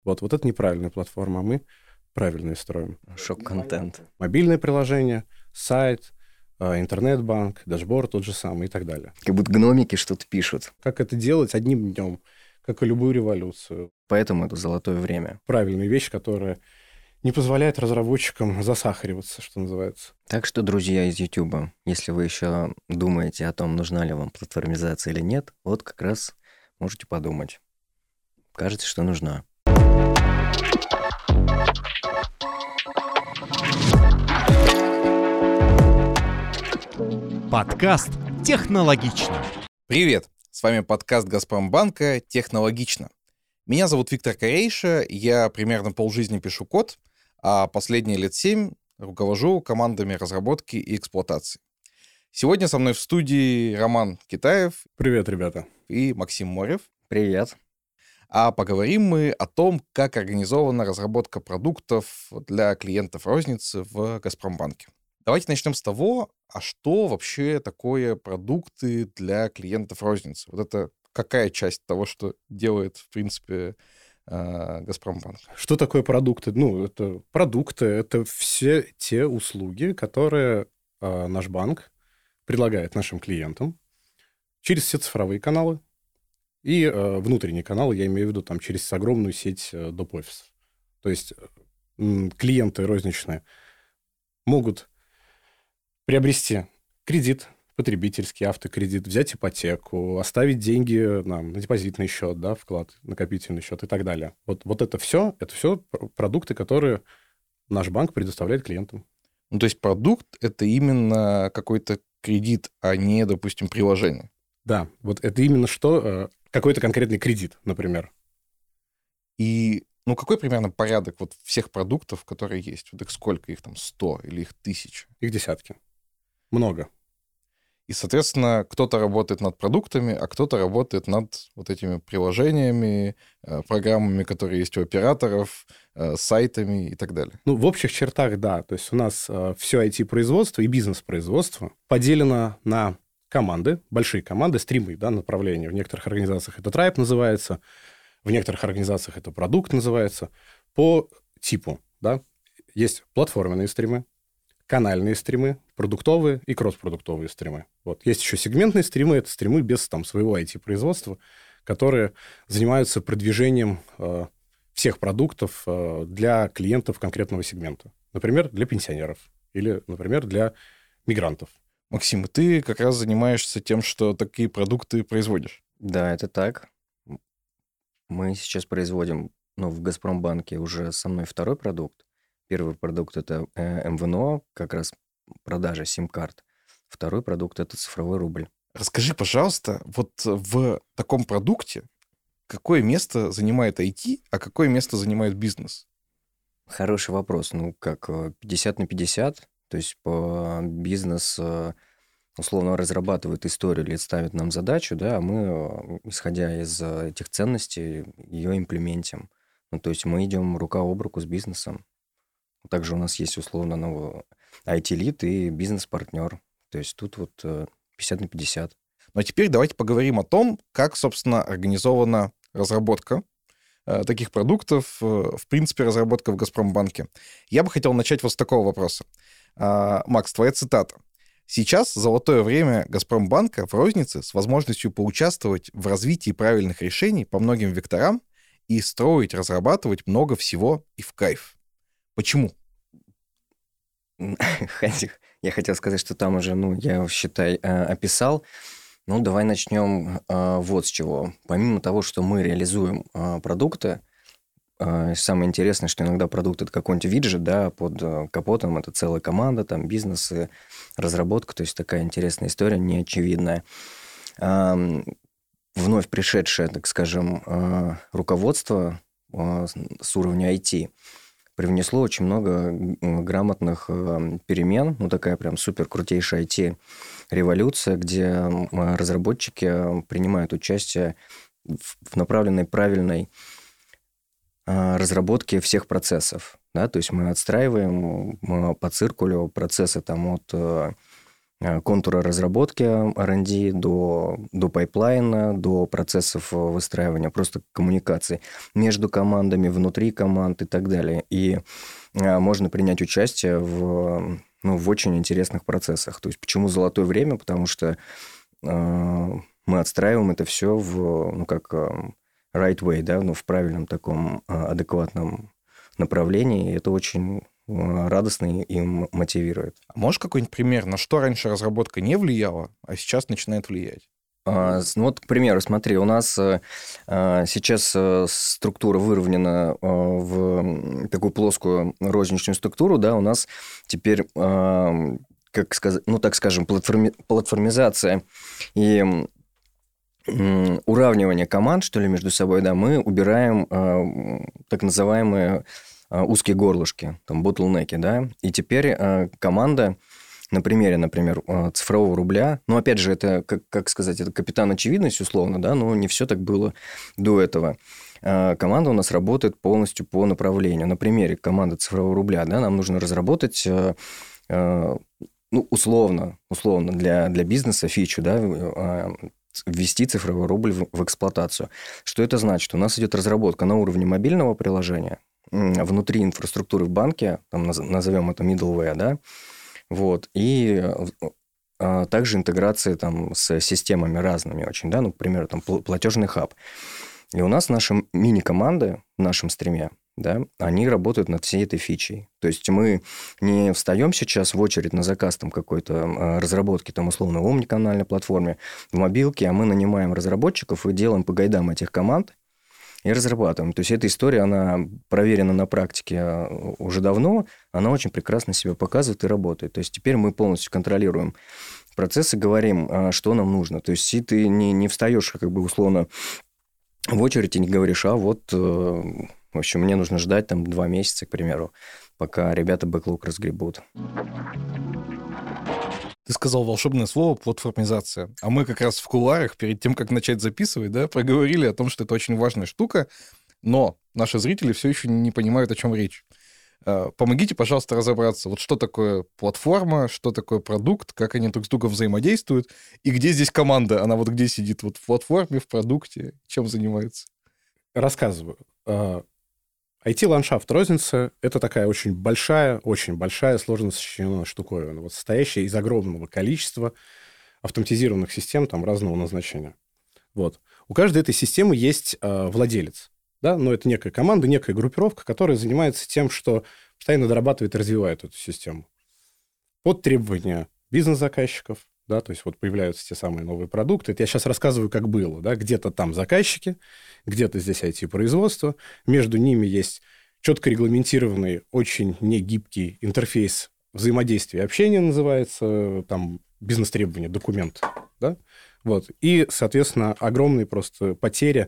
Вот это неправильная платформа, а мы правильные строим. Шок-контент. Мобильное приложение, сайт, интернет-банк, дашборд тот же самый и так далее. Как будто гномики что-то пишут. Как это делать одним днем, как и любую революцию. Поэтому это золотое время. Правильная вещь, которая не позволяет разработчикам засахариваться, что называется. Так что, друзья из YouTube, если вы еще думаете о том, нужна ли вам платформизация или нет, вот как раз можете подумать. Кажется, что нужна. Подкаст «Технологично». Привет! С вами подкаст «Газпромбанка. Технологично». Меня зовут Виктор Корейша, я примерно полжизни пишу код, а последние лет 7 руковожу командами разработки и эксплуатации. Сегодня со мной в студии Роман Китаев. Привет, ребята. И Максим Морев. Привет. А поговорим мы о том, как организована разработка продуктов для клиентов розницы в Газпромбанке. Давайте начнем с того, а что вообще такое продукты для клиентов розницы? Вот это какая часть того, что делает, в принципе, Газпромбанк? Что такое продукты? Это продукты, это все те услуги, которые наш банк предлагает нашим клиентам через все цифровые каналы и внутренние каналы, я имею в виду через огромную сеть доп. Офисов. То есть клиенты розничные могут приобрести кредит, потребительский автокредит, взять ипотеку, оставить деньги на депозитный счет, вклад, накопительный счет и так далее. Вот это все продукты, которые наш банк предоставляет клиентам. То есть продукт — это именно какой-то кредит, а не, допустим, приложение. Да, вот это именно какой-то конкретный кредит, например. И какой примерно порядок всех продуктов, которые есть? Их сколько? Их 100 или их 1000? Их десятки. Много. И, соответственно, кто-то работает над продуктами, а кто-то работает над этими приложениями, программами, которые есть у операторов, сайтами и так далее. В общих чертах, да. То есть у нас все IT-производство и бизнес-производство поделено на команды, большие команды, стримы, направления. В некоторых организациях это Tribe называется, в некоторых организациях это продукт называется. По типу, есть платформенные стримы, канальные стримы, продуктовые и кросс-продуктовые стримы. Есть еще сегментные стримы, это стримы без своего IT-производства, которые занимаются продвижением всех продуктов для клиентов конкретного сегмента. Например, для пенсионеров или, например, для мигрантов. Максим, ты как раз занимаешься тем, что такие продукты производишь. Да, это так. Мы сейчас производим, в Газпромбанке уже со мной второй продукт. Первый продукт — это МВНО, как раз продажа сим-карт. Второй продукт — это цифровой рубль. Расскажи, пожалуйста, в таком продукте какое место занимает IT, а какое место занимает бизнес? Хороший вопрос. 50 на 50. То есть бизнес условно разрабатывает историю или ставит нам задачу, а мы, исходя из этих ценностей, ее имплементим. То есть мы идем рука об руку с бизнесом. Также у нас есть условно IT-лид и бизнес-партнер. То есть тут 50 на 50. Ну а теперь давайте поговорим о том, как, собственно, организована разработка таких продуктов, в принципе, разработка в Газпромбанке. Я бы хотел начать с такого вопроса. Макс, твоя цитата. «Сейчас золотое время Газпромбанка в рознице с возможностью поучаствовать в развитии правильных решений по многим векторам и строить, разрабатывать много всего и в кайф». Почему? Я хотел сказать, что там уже, я, считай, описал. Давай начнем вот с чего. Помимо того, что мы реализуем продукты, самое интересное, что иногда продукт — это какой-нибудь виджет, под капотом это целая команда, бизнес и разработка, то есть такая интересная история, неочевидная. Вновь пришедшее, так скажем, руководство с уровня IT привнесло очень много грамотных перемен, такая прям супер крутейшая IT-революция, где разработчики принимают участие в направленной правильной разработке всех процессов. То есть мы отстраиваем по циркулю процессы от контура разработки R&D до пайплайна, до процессов выстраивания просто коммуникации между командами, внутри команд и так далее. И можно принять участие в очень интересных процессах. То есть почему золотое время? Потому что мы отстраиваем это все в, right way, да, в правильном таком адекватном направлении. И это очень радостно и мотивирует. А можешь какой-нибудь пример, на что раньше разработка не влияла, а сейчас начинает влиять? К примеру, смотри, у нас сейчас структура выровнена в такую плоскую розничную структуру, да, у нас теперь, как сказать, так скажем, платформизация и уравнивание команд, что ли, между собой, да, мы убираем так называемые узкие горлышки, там, ботлнеки, да, и теперь команда на примере, например, цифрового рубля, опять же, это, как сказать, это капитан очевидность, условно, да, но не все так было до этого. Команда у нас работает полностью по направлению. На примере команды цифрового рубля, да, нам нужно разработать, условно для бизнеса фичу, да, ввести цифровой рубль в эксплуатацию. Что это значит? У нас идет разработка на уровне мобильного приложения, внутри инфраструктуры в банке, там назовем это middleware, да, вот, и также интеграция там с системами разными очень, да, к примеру, там платежный хаб. И у нас наши мини-команды в нашем стриме, да, они работают над всей этой фичей. То есть мы не встаем сейчас в очередь на заказ там какой-то разработки, там, условно, в омниканальной платформе, в мобилке, а мы нанимаем разработчиков и делаем по гайдам этих команд и разрабатываем. То есть эта история, она проверена на практике уже давно, она очень прекрасно себя показывает и работает. То есть теперь мы полностью контролируем процесс и говорим, что нам нужно. То есть и ты не встаешь, как бы, условно, в очередь и не говоришь, в общем, мне нужно ждать там 2 месяца, к примеру, пока ребята бэклог разгребут. Ты сказал волшебное слово «платформизация». А мы как раз в кулуарах, перед тем, как начать записывать, да, проговорили о том, что это очень важная штука, но наши зрители все еще не понимают, о чем речь. Помогите, пожалуйста, разобраться, вот что такое платформа, что такое продукт, как они друг с другом взаимодействуют, и где здесь команда, она вот где сидит, вот в платформе, в продукте, чем занимается? Рассказываю. IT-ландшафт розницы – это такая очень большая, сложно сочиненная штуковина, вот, состоящая из огромного количества автоматизированных систем там, разного назначения. Вот. У каждой этой системы есть владелец. Да? Но это некая команда, некая группировка, которая занимается тем, что постоянно дорабатывает и развивает эту систему. Под требования бизнес-заказчиков, да, то есть вот появляются те самые новые продукты. Это я сейчас рассказываю, как было. Да? Где-то там заказчики, где-то здесь IT-производство. Между ними есть четко регламентированный, очень негибкий интерфейс взаимодействия и общения, называется, там бизнес-требования, документ. Да? Вот. И, соответственно, огромные просто потери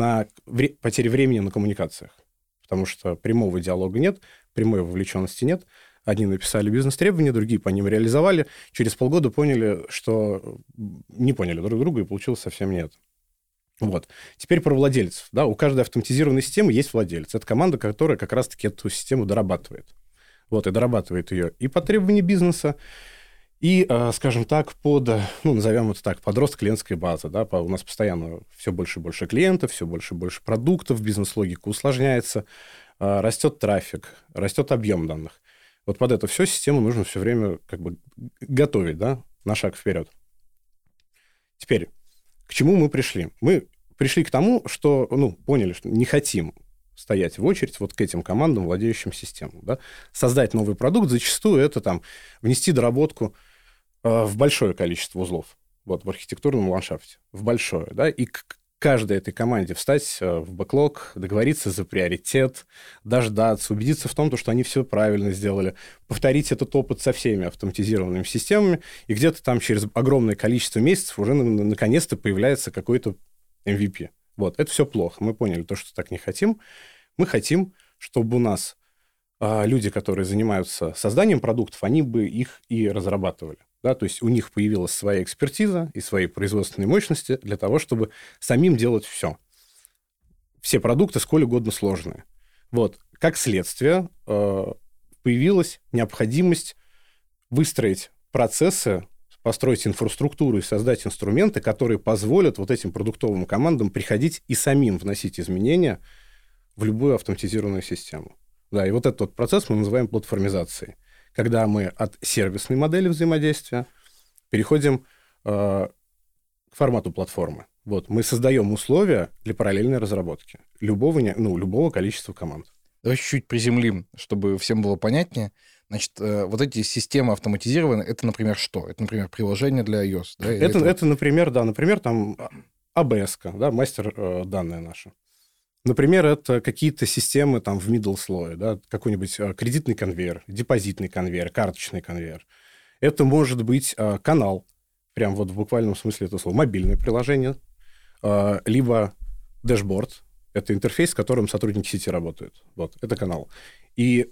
времени на коммуникациях. Потому что прямого диалога нет, прямой вовлеченности нет. Одни написали бизнес-требования, другие по ним реализовали. Через полгода поняли, что не поняли друг друга, и получилось совсем не это. Вот. Теперь про владельцев. Да? У каждой автоматизированной системы есть владелец. Это команда, которая как раз-таки эту систему дорабатывает. Вот, и дорабатывает ее и по требованию бизнеса, и, скажем так, назовем это так, под рост клиентской базы. Да? У нас постоянно все больше и больше клиентов, все больше и больше продуктов, бизнес-логика усложняется, растет трафик, растет объем данных. Вот под это все систему нужно все время как бы готовить, да, на шаг вперед. Теперь, к чему мы пришли? Мы пришли к тому, что, поняли, что не хотим стоять в очередь вот к этим командам, владеющим системой. Да? Создать новый продукт, зачастую это там внести доработку в большое количество узлов вот, в архитектурном ландшафте, в большое, да, и к каждой этой команде встать в бэклог, договориться за приоритет, дождаться, убедиться в том, что они все правильно сделали, повторить этот опыт со всеми автоматизированными системами, и где-то там через огромное количество месяцев уже наконец-то появляется какой-то MVP. Вот, это все плохо. Мы поняли то, что так не хотим. Мы хотим, чтобы у нас люди, которые занимаются созданием продуктов, они бы их и разрабатывали. Да? То есть у них появилась своя экспертиза и свои производственные мощности для того, чтобы самим делать все. Все продукты сколь угодно сложные. Вот. Как следствие, появилась необходимость выстроить процессы построить инфраструктуру и создать инструменты, которые позволят вот этим продуктовым командам приходить и самим вносить изменения в любую автоматизированную систему. Да, и вот этот вот процесс мы называем платформизацией, когда мы от сервисной модели взаимодействия переходим к формату платформы. Вот, мы создаем условия для параллельной разработки любого количества команд. Давай чуть-чуть приземлим, чтобы всем было понятнее. Значит, вот эти системы автоматизированные, это, например, что? Это, например, приложение для iOS, да? Это, например, там ABS, да, мастер данные наши. Например, это какие-то системы там в middle слое, да, какой-нибудь кредитный конвейер, депозитный конвейер, карточный конвейер. Это может быть канал, прям вот в буквальном смысле этого слова, мобильное приложение, либо дэшборд. Это интерфейс, с которым сотрудники сети работают. Вот, это канал. И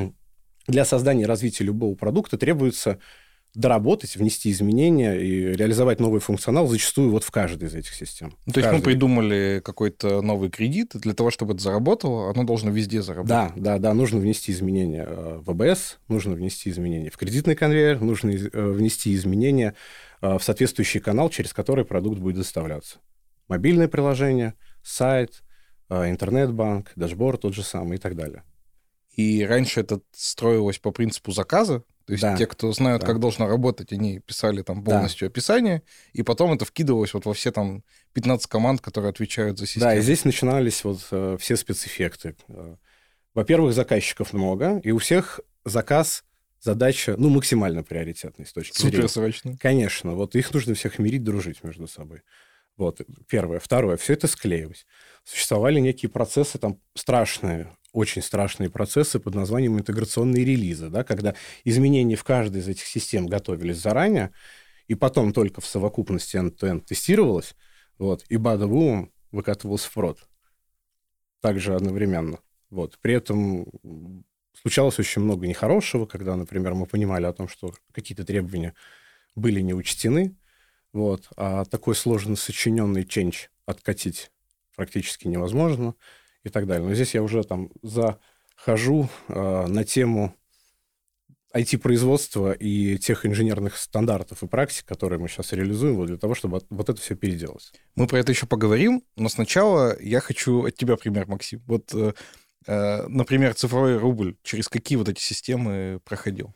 для создания и развития любого продукта требуется доработать, внести изменения и реализовать новый функционал зачастую вот в каждой из этих систем. То есть мы придумали какой-то новый кредит, и для того, чтобы это заработало, оно должно везде заработать. Да, нужно внести изменения в АБС, нужно внести изменения в кредитный конвейер, нужно внести изменения в соответствующий канал, через который продукт будет доставляться. Мобильное приложение, сайт, интернет-банк, дашборд тот же самый и так далее. И раньше это строилось по принципу заказа, то есть те, кто знают, как должно работать, они писали там полностью описание, и потом это вкидывалось вот во все там 15 команд, которые отвечают за систему. Да, и здесь начинались вот все спецэффекты. Во-первых, заказчиков много, и у всех заказ, задача, максимально приоритетной с точки зрения. Суперсрочно. Конечно, вот их нужно всех мирить, дружить между собой. Вот, первое. Второе, все это склеилось. Существовали некие процессы там страшные, очень страшные процессы под названием интеграционные релизы, да, когда изменения в каждой из этих систем готовились заранее, и потом только в совокупности end-to-end тестировалось, вот, и бада-бум выкатывался в прод. Также одновременно. Вот. При этом случалось очень много нехорошего, когда, например, мы понимали о том, что какие-то требования были не учтены, вот, а такой сложно сочиненный change откатить практически невозможно и так далее. Но здесь я уже там захожу на тему IT-производства и тех инженерных стандартов и практик, которые мы сейчас реализуем, вот для того, чтобы вот это все переделать. Мы про это еще поговорим, но сначала я хочу от тебя пример, Максим. Вот, например, цифровой рубль через какие вот эти системы проходил?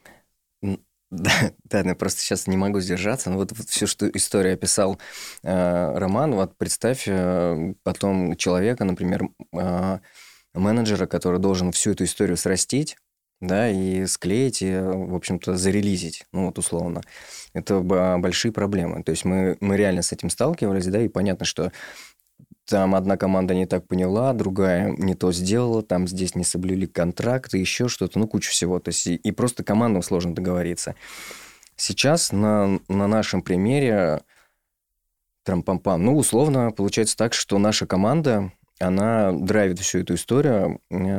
Да, я просто сейчас не могу сдержаться. Но вот все, что историю описал Роман, вот представь потом человека, например, менеджера, который должен всю эту историю срастить, да, и склеить, и, в общем-то, зарелизить, вот условно. Это большие проблемы. То есть мы реально с этим сталкивались, да, и понятно, что там одна команда не так поняла, другая не то сделала, там здесь не соблюли контракты, еще что-то, куча всего. То есть и просто командам сложно договориться. Сейчас на нашем примере трам-пам-пам, условно получается так, что наша команда, она драйвит всю эту историю,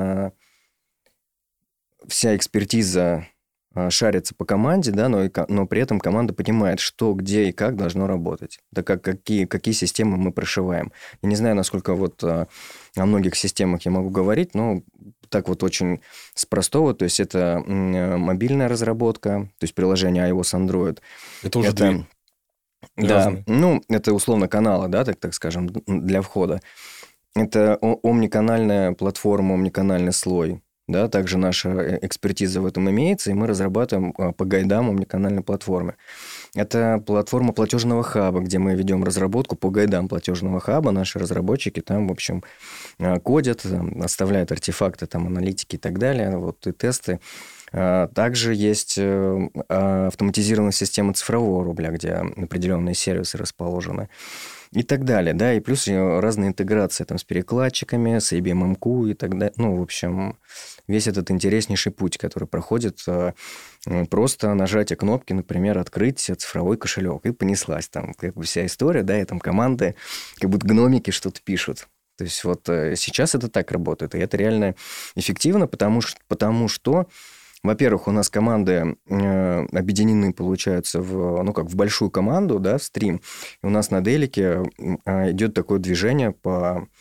вся экспертиза шарится по команде, да, но при этом команда понимает, что, где и как должно работать. Да какие системы мы прошиваем. Я не знаю, насколько вот о многих системах я могу говорить, но так вот очень с простого. То есть это мобильная разработка, то есть приложение iOS, Android. Это уже две. Да, это условно каналы, да, так скажем, для входа. Это омниканальная платформа, омниканальный слой. Да, также наша экспертиза в этом имеется, и мы разрабатываем по гайдам омниканальной платформы. Это платформа платежного хаба, где мы ведем разработку по гайдам платежного хаба. Наши разработчики там, в общем, кодят, оставляют артефакты, там, аналитики и так далее, вот, и тесты. Также есть автоматизированная система цифрового рубля, где определенные сервисы расположены. И так далее, да, и плюс разные интеграции там с перекладчиками, с IBM MQ и так далее. В общем, весь этот интереснейший путь, который проходит просто нажатие кнопки, например, открыть цифровой кошелек, и понеслась там как бы вся история, да, и там команды, как будто гномики что-то пишут. То есть вот сейчас это так работает, и это реально эффективно, потому что во-первых, у нас команды объединены, получается, в большую команду, да, в стрим. И у нас на делике идет такое движение по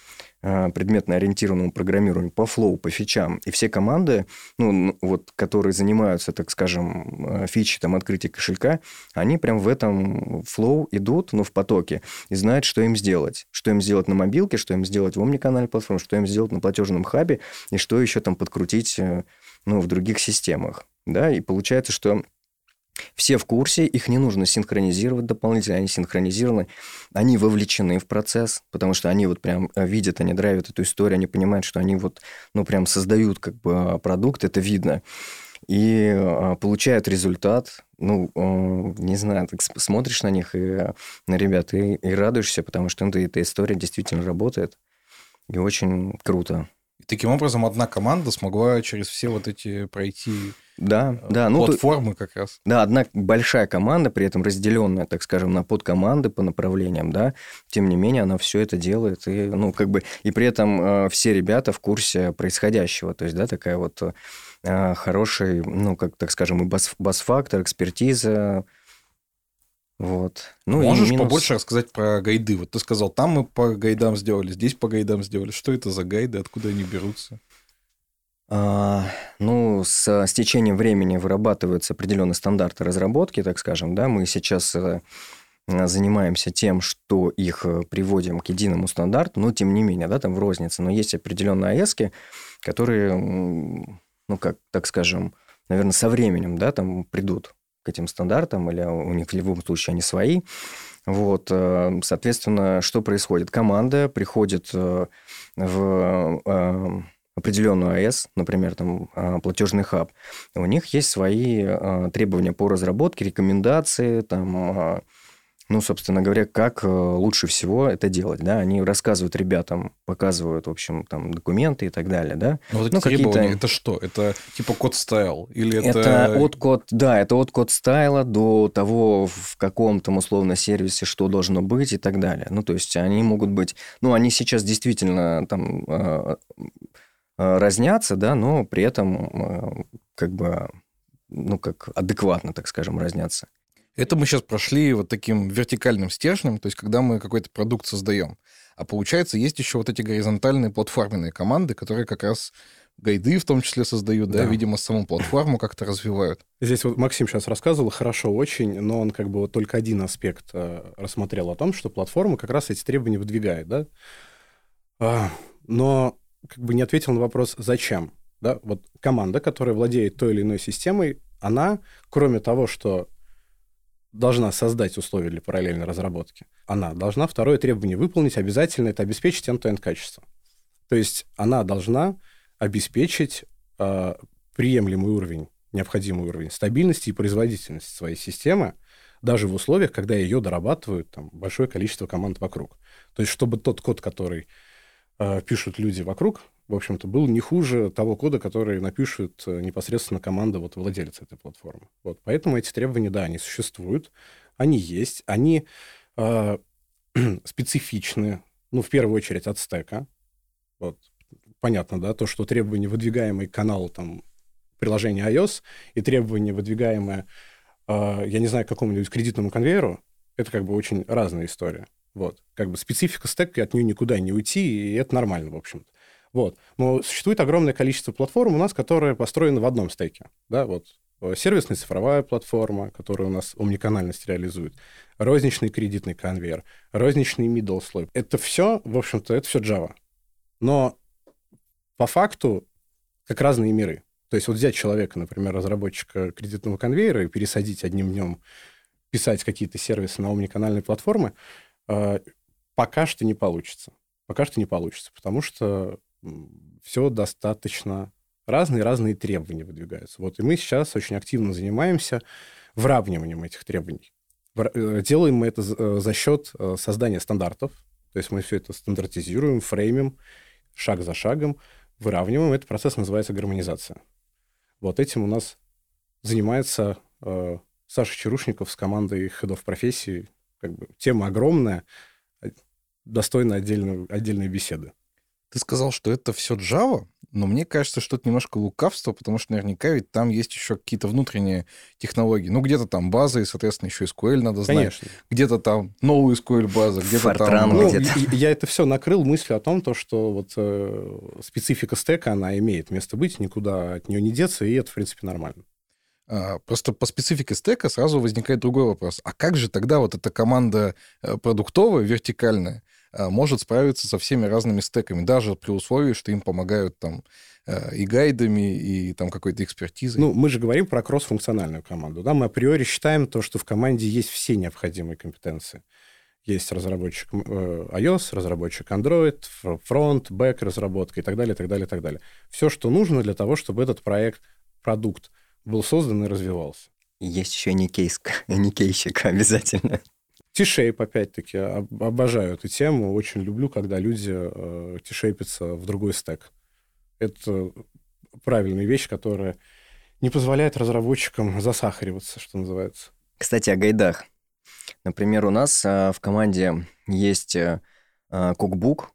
предметно-ориентированному программированию, по флоу, по фичам. И все команды, вот, которые занимаются, так скажем, фичи, там, открытия кошелька, они прям в этом флоу идут, в потоке, и знают, что им сделать. Что им сделать на мобилке, что им сделать в омниканальной платформе, что им сделать на платежном хабе, и что еще там подкрутить, в других системах. Да? И получается, что все в курсе, их не нужно синхронизировать дополнительно, они синхронизированы, они вовлечены в процесс, потому что они вот прям видят, они драйвят эту историю, они понимают, что они вот, прям создают как бы продукт, это видно, и получают результат, не знаю, так смотришь на них, и на ребят, и радуешься, потому что эта история действительно работает, и очень круто. И таким образом одна команда смогла через все вот эти пройти платформы как раз. Да, одна большая команда, при этом разделенная, так скажем, на подкоманды по направлениям, да, тем не менее она все это делает, и, и при этом все ребята в курсе происходящего, то есть, да, такая вот хороший, так скажем, и бас-фактор, экспертиза. Вот. Можешь побольше рассказать про гайды? Вот ты сказал, там мы по гайдам сделали, здесь по гайдам сделали. Что это за гайды, откуда они берутся? С течением времени вырабатываются определенные стандарты разработки, так скажем, да, мы сейчас занимаемся тем, что их приводим к единому стандарту, но тем не менее, да, там в рознице, но есть определенные АЭСки, которые, так скажем, наверное, со временем, да, там придут к этим стандартам, или у них в любом случае они свои. Вот, соответственно, что происходит? Команда приходит в определенную АЭС, например, там платежный хаб. У них есть свои требования по разработке, рекомендации, там, собственно говоря, как лучше всего это делать. Да? Они рассказывают ребятам, показывают, в общем, там, документы и так далее. Да? Вот эти требования, это что? Это типа код стайл? Или это от код стайла до того, в каком там условно сервисе что должно быть и так далее. То есть они могут быть... они сейчас действительно там разнятся, да, но при этом как адекватно, так скажем, разнятся. Это мы сейчас прошли вот таким вертикальным стержнем, то есть когда мы какой-то продукт создаем. А получается, есть еще вот эти горизонтальные платформенные команды, которые как раз гайды в том числе создают, да, видимо, саму платформу как-то развивают. Здесь вот Максим сейчас рассказывал хорошо очень, но он как бы вот только один аспект рассмотрел о том, что платформа как раз эти требования выдвигает, да, но как бы не ответил на вопрос, зачем, да, вот команда, которая владеет той или иной системой, она, кроме того, что должна создать условия для параллельной разработки, она должна второе требование выполнить обязательно, это обеспечить end-to-end качество. То есть она должна обеспечить приемлемый уровень, необходимый уровень стабильности и производительности своей системы, даже в условиях, когда ее дорабатывают там, большое количество команд вокруг. То есть чтобы тот код, который пишут люди вокруг, в общем-то, был не хуже того кода, который напишут непосредственно команда вот владельца этой платформы. Вот. Поэтому эти требования, да, они существуют, они есть, они специфичны, в первую очередь от стека. Вот. Понятно, да, то, что требования, выдвигаемые к каналу там, приложения iOS, и требования, выдвигаемые, я не знаю, к какому-нибудь кредитному конвейеру, это как бы очень разная история. Вот. Как бы специфика стека, от нее никуда не уйти, и это нормально, в общем-то. Вот. Но существует огромное количество платформ у нас, которые построены в одном стеке. Да, вот. Сервисная цифровая платформа, которая у нас омниканальность реализует, розничный кредитный конвейер, розничный middle слой. Это все, в общем-то, это все Java. Но по факту как разные миры. То есть вот взять человека, например, разработчика кредитного конвейера и пересадить одним днем писать какие-то сервисы на омниканальной платформе, пока что не получится. Пока что не получится, потому что все достаточно разные требования выдвигаются. Вот, и мы сейчас очень активно занимаемся выравниванием этих требований. Делаем мы это за счет создания стандартов. То есть мы все это стандартизируем, фреймим, шаг за шагом, выравниваем. Этот процесс называется гармонизация. Вот этим у нас занимается Саша Чарушников с командой хедов профессии. Как бы тема огромная, достойна отдельной беседы. Ты сказал, что это все Java, но мне кажется, что это немножко лукавство, потому что наверняка ведь там есть еще какие-то внутренние технологии. Ну, где-то там база, и, соответственно, еще SQL надо знать. Конечно. Где-то там новую SQL база, где-то Fortran там... Ну, где-то. я это все накрыл мыслью о том, что вот специфика стека, она имеет место быть, никуда от нее не деться, и это, в принципе, нормально. Просто по специфике стека сразу возникает другой вопрос. А как же тогда вот эта команда продуктовая, вертикальная, может справиться со всеми разными стеками, даже при условии, что им помогают там и гайдами, и там какой-то экспертизой? Ну, мы же говорим про кросс-функциональную команду. Да? Мы априори считаем то, что в команде есть все необходимые компетенции. Есть разработчик iOS, разработчик Android, фронт, бэк, разработка и так далее, и так далее, и так далее. Все, что нужно для того, чтобы этот продукт был создан и развивался. Есть еще никейщик обязательно. T-shape, опять-таки, обожаю эту тему. Очень люблю, когда люди T-шейпятся в другой стек. Это правильная вещь, которая не позволяет разработчикам засахариваться, что называется. Кстати, о гайдах. Например, у нас в команде есть кукбук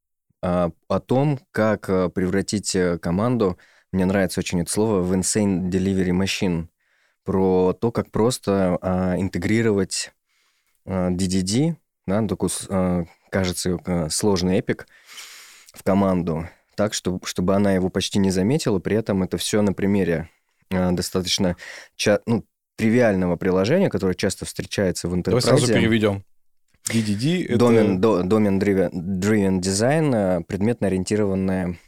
о том, как превратить команду, мне нравится очень это слово, в insane delivery machine, про то, как просто интегрировать DDD, да, такой, кажется, сложный эпик в команду, так, чтобы она его почти не заметила, при этом это все на примере достаточно тривиального приложения, которое часто встречается в интерпрайзе. Давай сразу переведем. DDD — это... Domain-driven design, предметно-ориентированное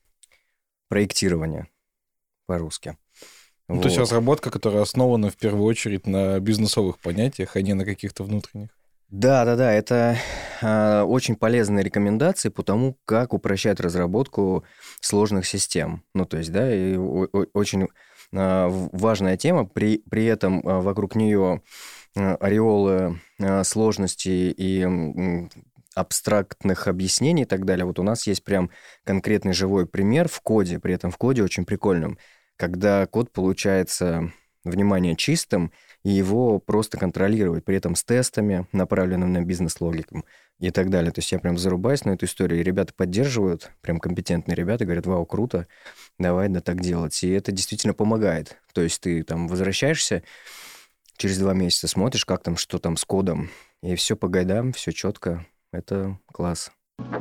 проектирование по-русски. Ну, то есть разработка, которая основана в первую очередь на бизнесовых понятиях, а не на каких-то внутренних. Да, это очень полезные рекомендации по тому, как упрощать разработку сложных систем. Ну, то есть, да, и очень важная тема, при этом вокруг нее ореолы сложности и абстрактных объяснений и так далее. Вот у нас есть прям конкретный живой пример в коде, при этом в коде очень прикольном, когда код получается, внимание, чистым, и его просто контролировать, при этом с тестами, направленными на бизнес-логику и так далее. То есть я прям зарубаюсь на эту историю, и ребята поддерживают, прям компетентные ребята, говорят: вау, круто, давай так делать. И это действительно помогает. То есть ты там возвращаешься, через 2 месяца смотришь, как там, что там с кодом, и все по гайдам, все четко. Это класс.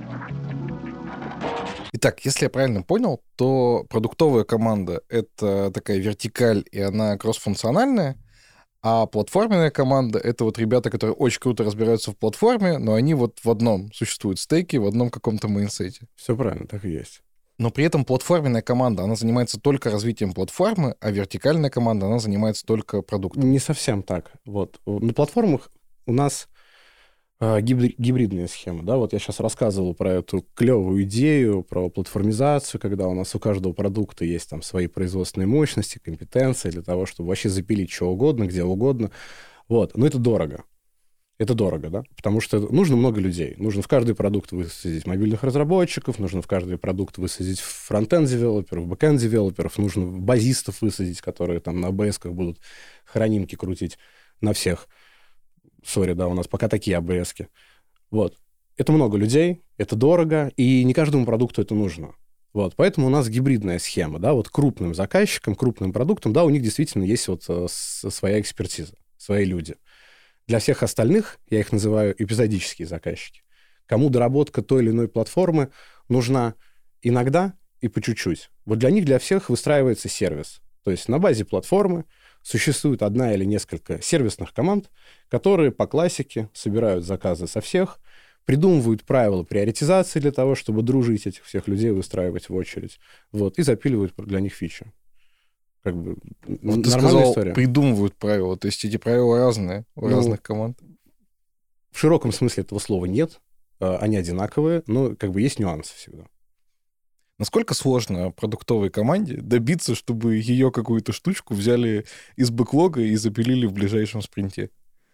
Итак, если я правильно понял, то продуктовая команда — это такая вертикаль, и она кроссфункциональная, а платформенная команда — это вот ребята, которые очень круто разбираются в платформе, но они вот в одном существуют стеке, в одном каком-то мейнсете. Все правильно, так и есть. Но при этом платформенная команда, она занимается только развитием платформы, а вертикальная команда, она занимается только продуктом. Не совсем так. Вот. На платформах у нас гибридная схема. Да? Вот я сейчас рассказывал про эту клевую идею, про платформизацию, когда у нас у каждого продукта есть там свои производственные мощности, компетенции для того, чтобы вообще запилить что угодно, где угодно. Вот. Но это дорого. Это дорого, да? Потому что нужно много людей. Нужно в каждый продукт высадить мобильных разработчиков, нужно в каждый продукт высадить фронтенд-девелоперов, бэкенд-девелоперов, нужно базистов высадить, которые там на ABS-ках будут хранимки крутить на всех. Сори, да, у нас пока такие ABS-ки. Вот. Это много людей, это дорого, и не каждому продукту это нужно. Вот. Поэтому у нас гибридная схема, да, вот крупным заказчикам, крупным продуктам, да, у них действительно есть вот своя экспертиза, свои люди. Для всех остальных, я их называю эпизодические заказчики, кому доработка той или иной платформы нужна иногда и по чуть-чуть. Вот для них, для всех выстраивается сервис. То есть на базе платформы существует одна или несколько сервисных команд, которые по классике собирают заказы со всех, придумывают правила приоритизации для того, чтобы дружить этих всех людей, выстраивать в очередь, вот, и запиливают для них фичи. Как бы вот ты нормальная сказал, история. Придумывают правила, то есть эти правила разные у разных команд. В широком смысле этого слова нет, они одинаковые, но как бы есть нюансы всегда. Насколько сложно продуктовой команде добиться, чтобы ее какую-то штучку взяли из бэклога и запилили в ближайшем спринте?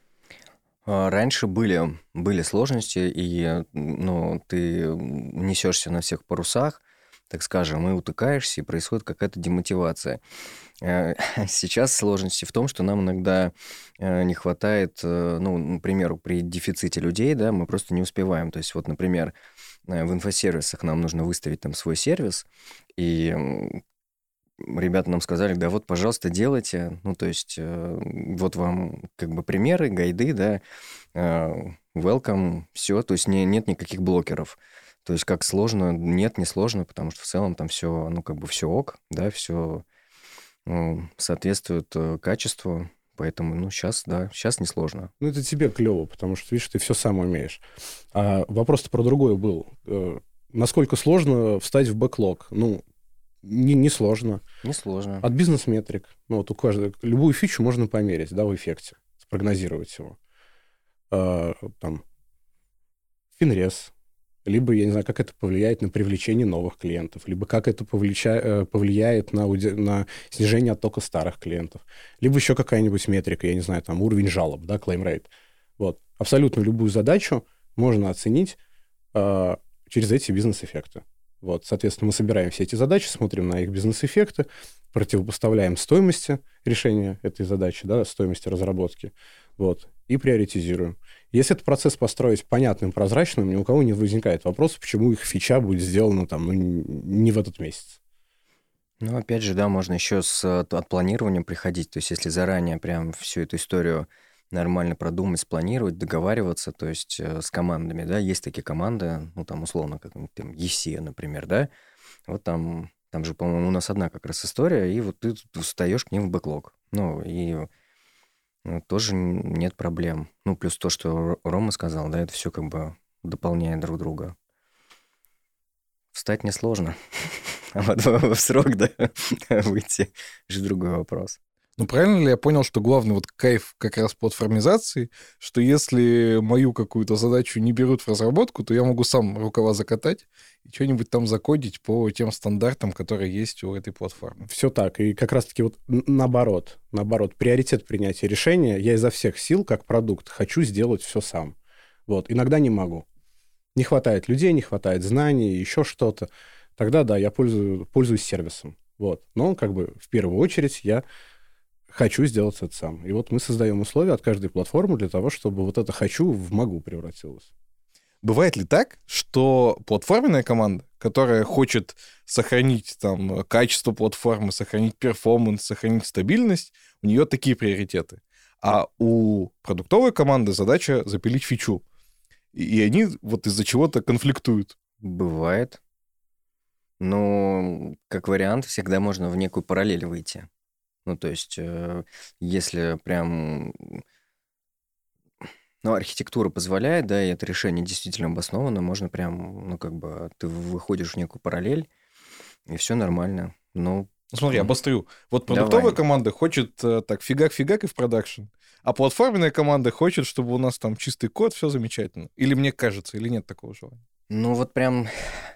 Раньше были сложности, и ты несешься на всех парусах, так скажем, и утыкаешься, и происходит какая-то демотивация. Сейчас сложности в том, что нам иногда не хватает, например, при дефиците людей, да, мы просто не успеваем. То есть вот, например, в инфосервисах нам нужно выставить там свой сервис, и ребята нам сказали, да вот, пожалуйста, делайте. Ну, то есть, вот вам как бы примеры, гайды, да, welcome, все, то есть нет никаких блокеров. То есть, как сложно? Нет, не сложно, потому что в целом там все, ну, как бы все ок, да, все соответствует качеству. Поэтому, ну, сейчас не сложно. Ну, это тебе клево, потому что, видишь, ты все сам умеешь. А вопрос-то про другое был. Насколько сложно встать в бэклог? Ну, не сложно. Не сложно. От бизнес-метрик. Ну, вот у каждого... Любую фичу можно померить, да, в эффекте, спрогнозировать его. Там, финрез. Либо, я не знаю, как это повлияет на привлечение новых клиентов, либо как это повлияет на снижение оттока старых клиентов, либо еще какая-нибудь метрика, я не знаю, там уровень жалоб, да, claim rate. Вот. Абсолютно любую задачу можно оценить через эти бизнес-эффекты. Вот. Соответственно, мы собираем все эти задачи, смотрим на их бизнес-эффекты, противопоставляем стоимости решения этой задачи, да, стоимости разработки, вот, и приоритизируем. Если этот процесс построить понятным, прозрачным, ни у кого не возникает вопроса, почему их фича будет сделана там, ну, не в этот месяц. Ну, опять же, да, можно еще от планирования приходить. То есть, если заранее прям всю эту историю нормально продумать, спланировать, договариваться, то есть с командами, да, есть такие команды, ну, там, условно, как там EC, например, да, вот там же, по-моему, у нас одна как раз история, и вот ты встаешь к ним в бэклог. Ну, и тоже нет проблем. Ну, плюс то, что Рома сказал, да, это все как бы дополняет друг друга. Встать несложно. А вот в срок, да, выйти, же другой вопрос. Ну, правильно ли я понял, что главный вот кайф как раз платформизации, что если мою какую-то задачу не берут в разработку, то я могу сам рукава закатать и что-нибудь там закодить по тем стандартам, которые есть у этой платформы. Все так. И как раз-таки вот наоборот, приоритет принятия решения. Я изо всех сил, как продукт, хочу сделать все сам. Вот. Иногда не могу. Не хватает людей, не хватает знаний, еще что-то. Тогда, да, я пользуюсь сервисом. Вот. Но как бы в первую очередь я хочу сделать это сам. И вот мы создаем условия от каждой платформы для того, чтобы вот это «хочу» в «могу» превратилось. Бывает ли так, что платформенная команда, которая хочет сохранить там качество платформы, сохранить перформанс, сохранить стабильность, у нее такие приоритеты, а у продуктовой команды задача запилить фичу, и они вот из-за чего-то конфликтуют? Бывает. Но, как вариант, всегда можно в некую параллель выйти. Ну, то есть, если прям... Ну, архитектура позволяет, да, и это решение действительно обосновано, можно прям, ну, как бы, ты выходишь в некую параллель, и все нормально. Ну, смотри, обострю. Вот продуктовая давай. команда хочет так фигак-фигак и в продакшн, а платформенная команда хочет, чтобы у нас там чистый код, все замечательно. Или мне кажется, или нет такого желания? Ну, вот прям...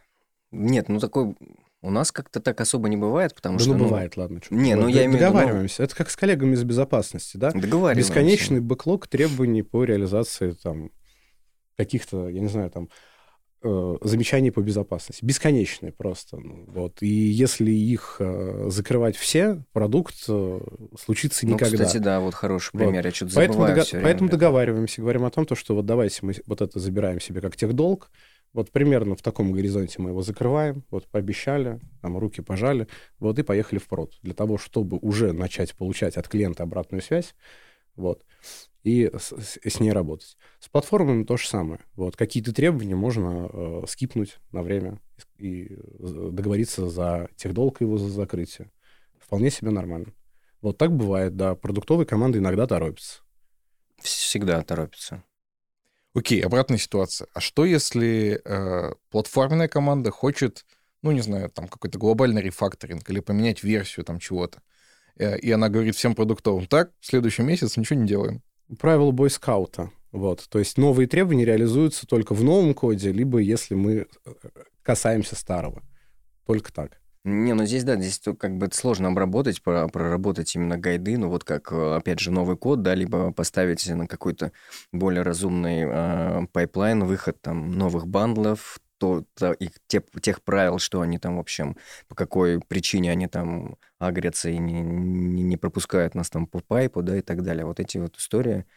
Нет, ну, такой... У нас как-то так особо не бывает, потому да что... ну, бывает, ладно. Не, ну, я имею в виду... Договариваемся. Это как с коллегами из безопасности, да? Договариваемся. Бесконечный бэклог требований по реализации там каких-то, я не знаю, там замечаний по безопасности. Бесконечные просто. Ну, вот. И если их закрывать все, продукт случится никогда. Ну, кстати, да, вот хороший пример. Вот. Я что-то забываю все время. Поэтому договариваемся, говорим о том, что вот давайте мы вот это забираем себе как техдолг. Вот примерно в таком горизонте мы его закрываем, вот пообещали, там руки пожали, вот и поехали в прод. Для того, чтобы уже начать получать от клиента обратную связь, вот, и с ней работать. С платформами то же самое. Вот, какие-то требования можно скипнуть на время и договориться за техдолг его за закрытие. Вполне себе нормально. Вот так бывает, да. Продуктовые команды иногда торопятся. Всегда торопятся. Окей, обратная ситуация. А что, если платформенная команда хочет, ну, не знаю, там какой-то глобальный рефакторинг или поменять версию там чего-то, и она говорит всем продуктовым: так, в следующем месяце ничего не делаем? Правило бойскаута. Вот. То есть новые требования реализуются только в новом коде, либо если мы касаемся старого. Только так. Не, ну здесь, да, здесь как бы это сложно обработать, проработать именно гайды, ну вот как, опять же, новый код, да, либо поставить на какой-то более разумный пайплайн, выход там новых бандлов, и тех правил, что они там, в общем, по какой причине они там агрятся и не пропускают нас там по пайпу, да, и так далее. Вот эти вот истории,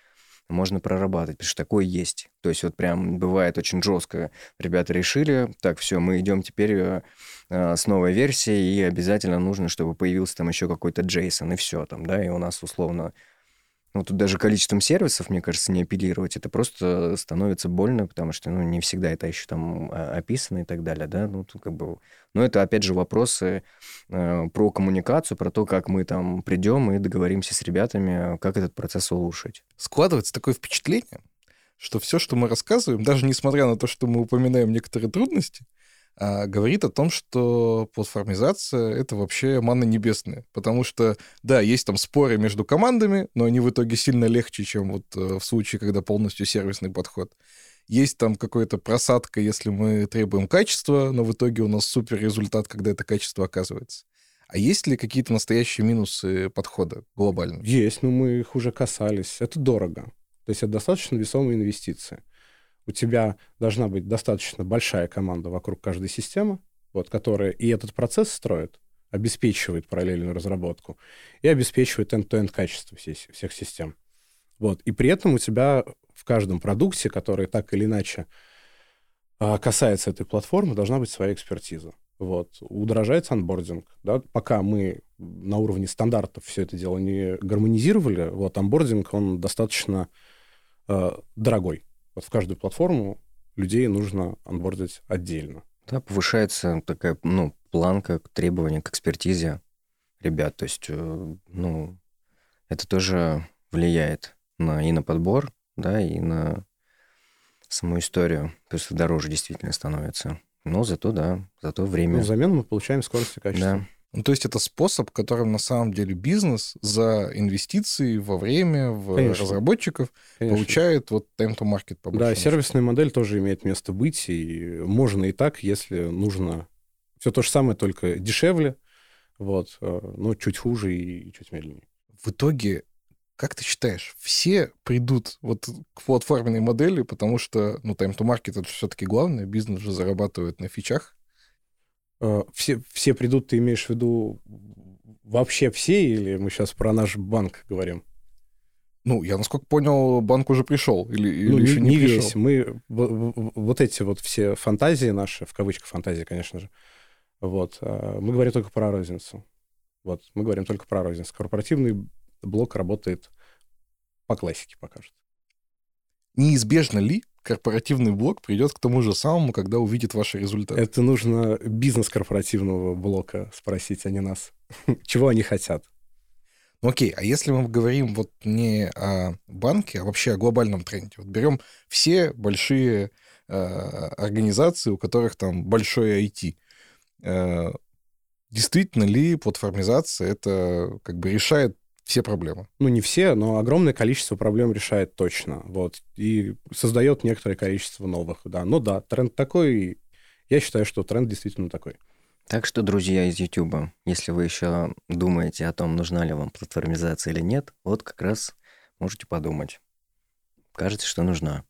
можно прорабатывать, потому что такое есть. То есть вот прям бывает очень жестко. Ребята решили, так, все, мы идем теперь с новой версией, и обязательно нужно, чтобы появился там еще какой-то JSON, и все там, да, и у нас условно... Ну, тут даже количеством сервисов, мне кажется, не апеллировать, это просто становится больно, потому что, ну, не всегда это еще там описано и так далее, да, ну, тут как бы... Но это, опять же, вопросы про коммуникацию, про то, как мы там придем и договоримся с ребятами, как этот процесс улучшить. Складывается такое впечатление, что все, что мы рассказываем, даже несмотря на то, что мы упоминаем некоторые трудности, говорит о том, что платформизация — это вообще манна небесная. Потому что, да, есть там споры между командами, но они в итоге сильно легче, чем вот в случае, когда полностью сервисный подход. Есть там какая-то просадка, если мы требуем качества, но в итоге у нас супер результат, когда это качество оказывается. А есть ли какие-то настоящие минусы подхода глобально? Есть, но мы их уже касались. Это дорого. То есть это достаточно весомые инвестиции. У тебя должна быть достаточно большая команда вокруг каждой системы, вот, которая и этот процесс строит, обеспечивает параллельную разработку и обеспечивает end-to-end качество всех систем. Вот. И при этом у тебя в каждом продукте, который так или иначе касается этой платформы, должна быть своя экспертиза. Вот. Удорожается онбординг. Да? Пока мы на уровне стандартов все это дело не гармонизировали, вот, онбординг, он достаточно дорогой. Вот в каждую платформу людей нужно онбордить отдельно. Да, повышается такая, ну, планка требований к экспертизе ребят. То есть, ну, это тоже влияет и на подбор, да, и на саму историю. Просто дороже действительно становится. Но зато, да, зато время. Ну, взамен мы получаем скорость и качество. Да. Ну, то есть это способ, которым на самом деле бизнес за инвестиции во время, в Конечно. разработчиков получает вот time to market по Да, сервисная модель тоже имеет место быть, и можно и так, если нужно. Все то же самое, только дешевле, вот, но чуть хуже и чуть медленнее. В итоге, как ты считаешь, все придут вот к платформенной модели, потому что, ну, time to market — это все-таки главное, бизнес же зарабатывает на фичах? Все придут, ты имеешь в виду вообще все, или мы сейчас про наш банк говорим? Ну, я, насколько понял, банк уже пришел, или ну, еще не пришел? Весь. Мы вот эти вот все фантазии наши, в кавычках фантазии, конечно же, вот, мы говорим только про розницу. Вот, мы говорим только про розницу. Корпоративный блок работает по классике пока что. Неизбежно ли корпоративный блок придет к тому же самому, когда увидит ваши результаты? Это нужно бизнес корпоративного блока спросить, а не нас. Чего они хотят? Ну окей, а если мы говорим вот не о банке, а вообще о глобальном тренде, вот берем все большие организации, у которых там большое IT, действительно ли платформизация это как бы решает все проблемы? Ну, не все, но огромное количество проблем решает точно. Вот. И создает некоторое количество новых. Да. Ну да, тренд такой. Я считаю, что тренд действительно такой. Так что, друзья из YouTube, если вы еще думаете о том, нужна ли вам платформизация или нет, вот как раз можете подумать. Кажется, что нужна.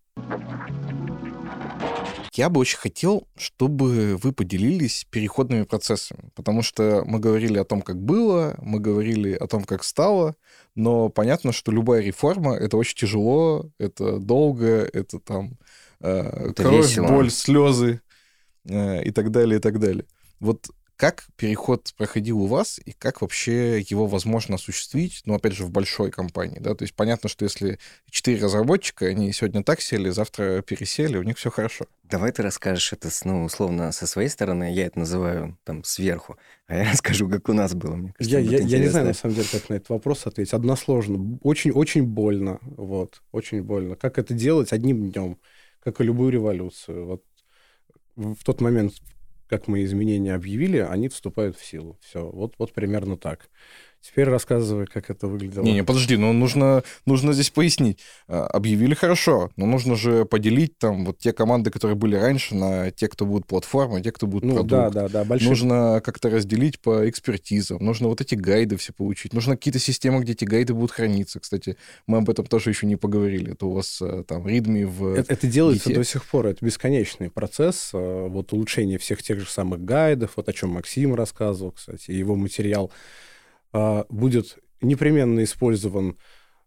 Я бы очень хотел, чтобы вы поделились переходными процессами, потому что мы говорили о том, как было, мы говорили о том, как стало, но понятно, что любая реформа — это очень тяжело, это долго, это там кровь, весело. Боль, слезы и так далее, и так далее. Вот как переход проходил у вас, и как вообще его возможно осуществить, ну, опять же, в большой компании, да? То есть понятно, что если 4 разработчика, они сегодня так сели, завтра пересели, у них все хорошо. Давай ты расскажешь это, ну, условно, со своей стороны, я это называю там сверху, а я расскажу, как у нас было. Мне кажется, Я не знаю, на самом деле, как на этот вопрос ответить. Односложно. Очень больно. Вот. Очень больно. Как это делать одним днем, как и любую революцию. Вот в тот момент, как мы изменения объявили, они вступают в силу. Все, вот примерно так. Теперь рассказывай, как это выглядело. Не, подожди, ну нужно здесь пояснить. Объявили хорошо, но нужно же поделить там вот те команды, которые были раньше, на те, кто будут платформы, те, кто будут продукт. Да, большие. Нужно как-то разделить по экспертизам, нужно вот эти гайды все получить, нужно какие-то системы, где эти гайды будут храниться. Кстати, мы об этом тоже еще не поговорили. Это у вас там readme в Это делается Git. до сих пор, это бесконечный процесс, вот улучшение всех тех же самых гайдов, вот о чем Максим рассказывал, кстати, его материал будет непременно использован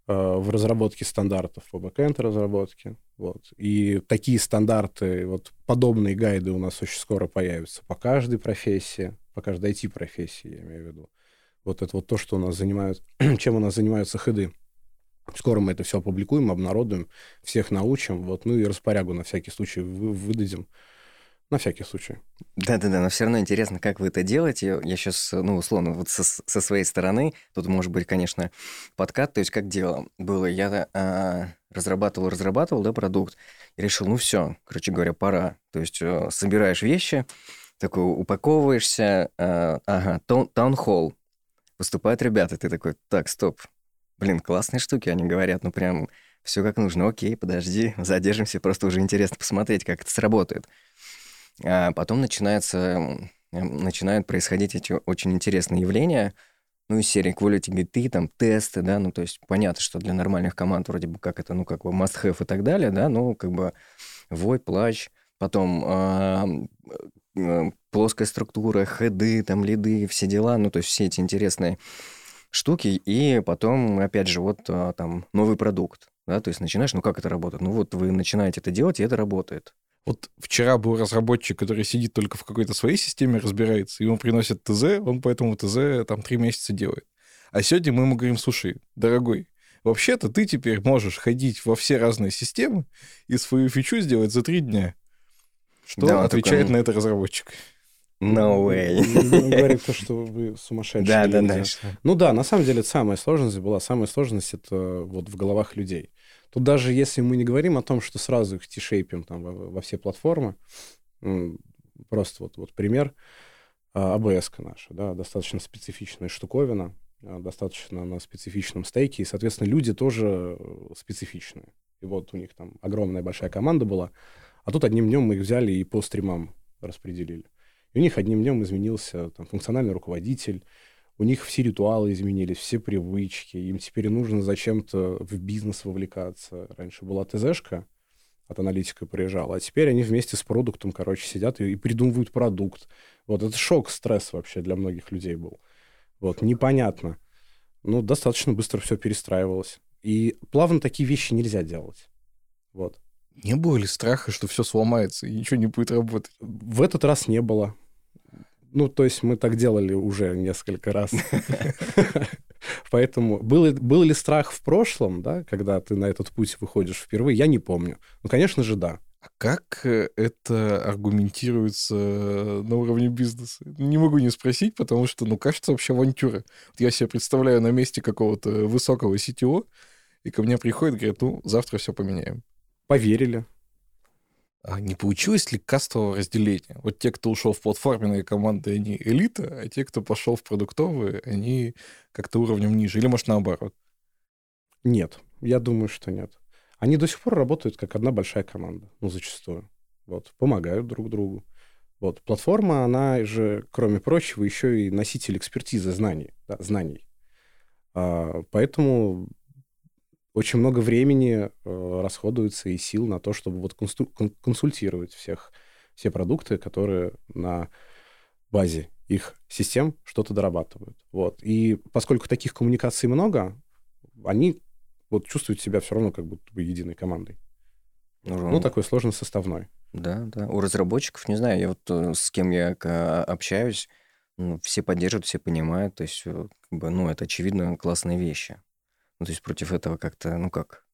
в разработке стандартов по бэкэнд-разработке. Вот. И такие стандарты, вот подобные гайды у нас очень скоро появятся по каждой профессии, по каждой IT-профессии, я имею в виду. Вот это вот то, что у нас занимают, чем у нас занимаются хеды. Скоро мы это все опубликуем, обнародуем, всех научим, вот, ну и распорягу на всякий случай выдадим. На всякий случай. Да-да-да, но все равно интересно, как вы это делаете. Я сейчас, ну, условно, вот со своей стороны, тут может быть, конечно, подкат, то есть как дело было. Я разрабатывал, да, продукт, и решил, ну все, короче говоря, пора. То есть собираешь вещи, такой упаковываешься, таунхолл, выступают ребята, ты такой, так, стоп, блин, классные штуки, они говорят, ну прям все как нужно, окей, подожди, задержимся, просто уже интересно посмотреть, как это сработает. А потом начинают происходить эти очень интересные явления, ну, из серии quality гиты, там, тесты, да, ну, то есть понятно, что для нормальных команд вроде бы как это, ну, как бы must-have и так далее, да, ну, как бы вой, плач, потом плоская структура, хеды, там, лиды, все дела, ну, то есть все эти интересные штуки, и потом, опять же, вот там новый продукт, да, то есть начинаешь, ну, как это работает? Ну, вот вы начинаете это делать, и это работает. Вот вчера был разработчик, который сидит только в какой-то своей системе, разбирается, ему приносят ТЗ, он по этому ТЗ там 3 месяца делает. А сегодня мы ему говорим, слушай, дорогой, вообще-то ты теперь можешь ходить во все разные системы и свою фичу сделать за 3 дня. Что да, отвечает на это разработчик? No way. Он говорит то, что вы сумасшедшие. Да. Ну да, на самом деле это самая сложность была. Самая сложность это вот в головах людей. Тут даже если мы не говорим о том, что сразу их ти-шейпим там во все платформы, просто вот пример, ABS-ка наша, да, достаточно специфичная штуковина, достаточно на специфичном стейке, и, соответственно, люди тоже специфичные. И вот у них там огромная большая команда была, а тут одним днем мы их взяли и по стримам распределили. И у них одним днем изменился там функциональный руководитель, у них все ритуалы изменились, все привычки, им теперь нужно зачем-то в бизнес вовлекаться. Раньше была ТЗшка, от аналитика приезжала, а теперь они вместе с продуктом, короче, сидят и придумывают продукт. Вот это шок, стресс вообще для многих людей был. Вот, непонятно. Ну, достаточно быстро все перестраивалось. И плавно такие вещи нельзя делать. Вот. Не было ли страха, что все сломается и ничего не будет работать? В этот раз не было. Ну, то есть мы так делали уже несколько раз. Поэтому был ли страх в прошлом, да, когда ты на этот путь выходишь впервые, я не помню. Ну, конечно же, да. А как это аргументируется на уровне бизнеса? Не могу не спросить, потому что, ну, кажется, вообще авантюра. Вот я себе представляю на месте какого-то высокого CTO, и ко мне приходит, говорит, ну, завтра все поменяем. Поверили. А не получилось ли кастового разделения? Вот те, кто ушел в платформенные команды, они элита, а те, кто пошел в продуктовые, они как-то уровнем ниже. Или, может, наоборот? Нет, я думаю, что нет. Они до сих пор работают как одна большая команда, ну, зачастую. Вот, помогают друг другу. Вот, платформа, она же, кроме прочего, еще и носитель экспертизы знаний. Да, знаний. Поэтому очень много времени расходуется и сил на то, чтобы вот консультировать все продукты, которые на базе их систем что-то дорабатывают. Вот. И поскольку таких коммуникаций много, они вот чувствуют себя все равно как будто бы единой командой. Ну, такой сложно составной. Да. У разработчиков, не знаю, я вот с кем я общаюсь, ну, все поддерживают, все понимают, то есть, как бы, ну, это, очевидно, классные вещи. Ну, то есть против этого как-то, ну, как...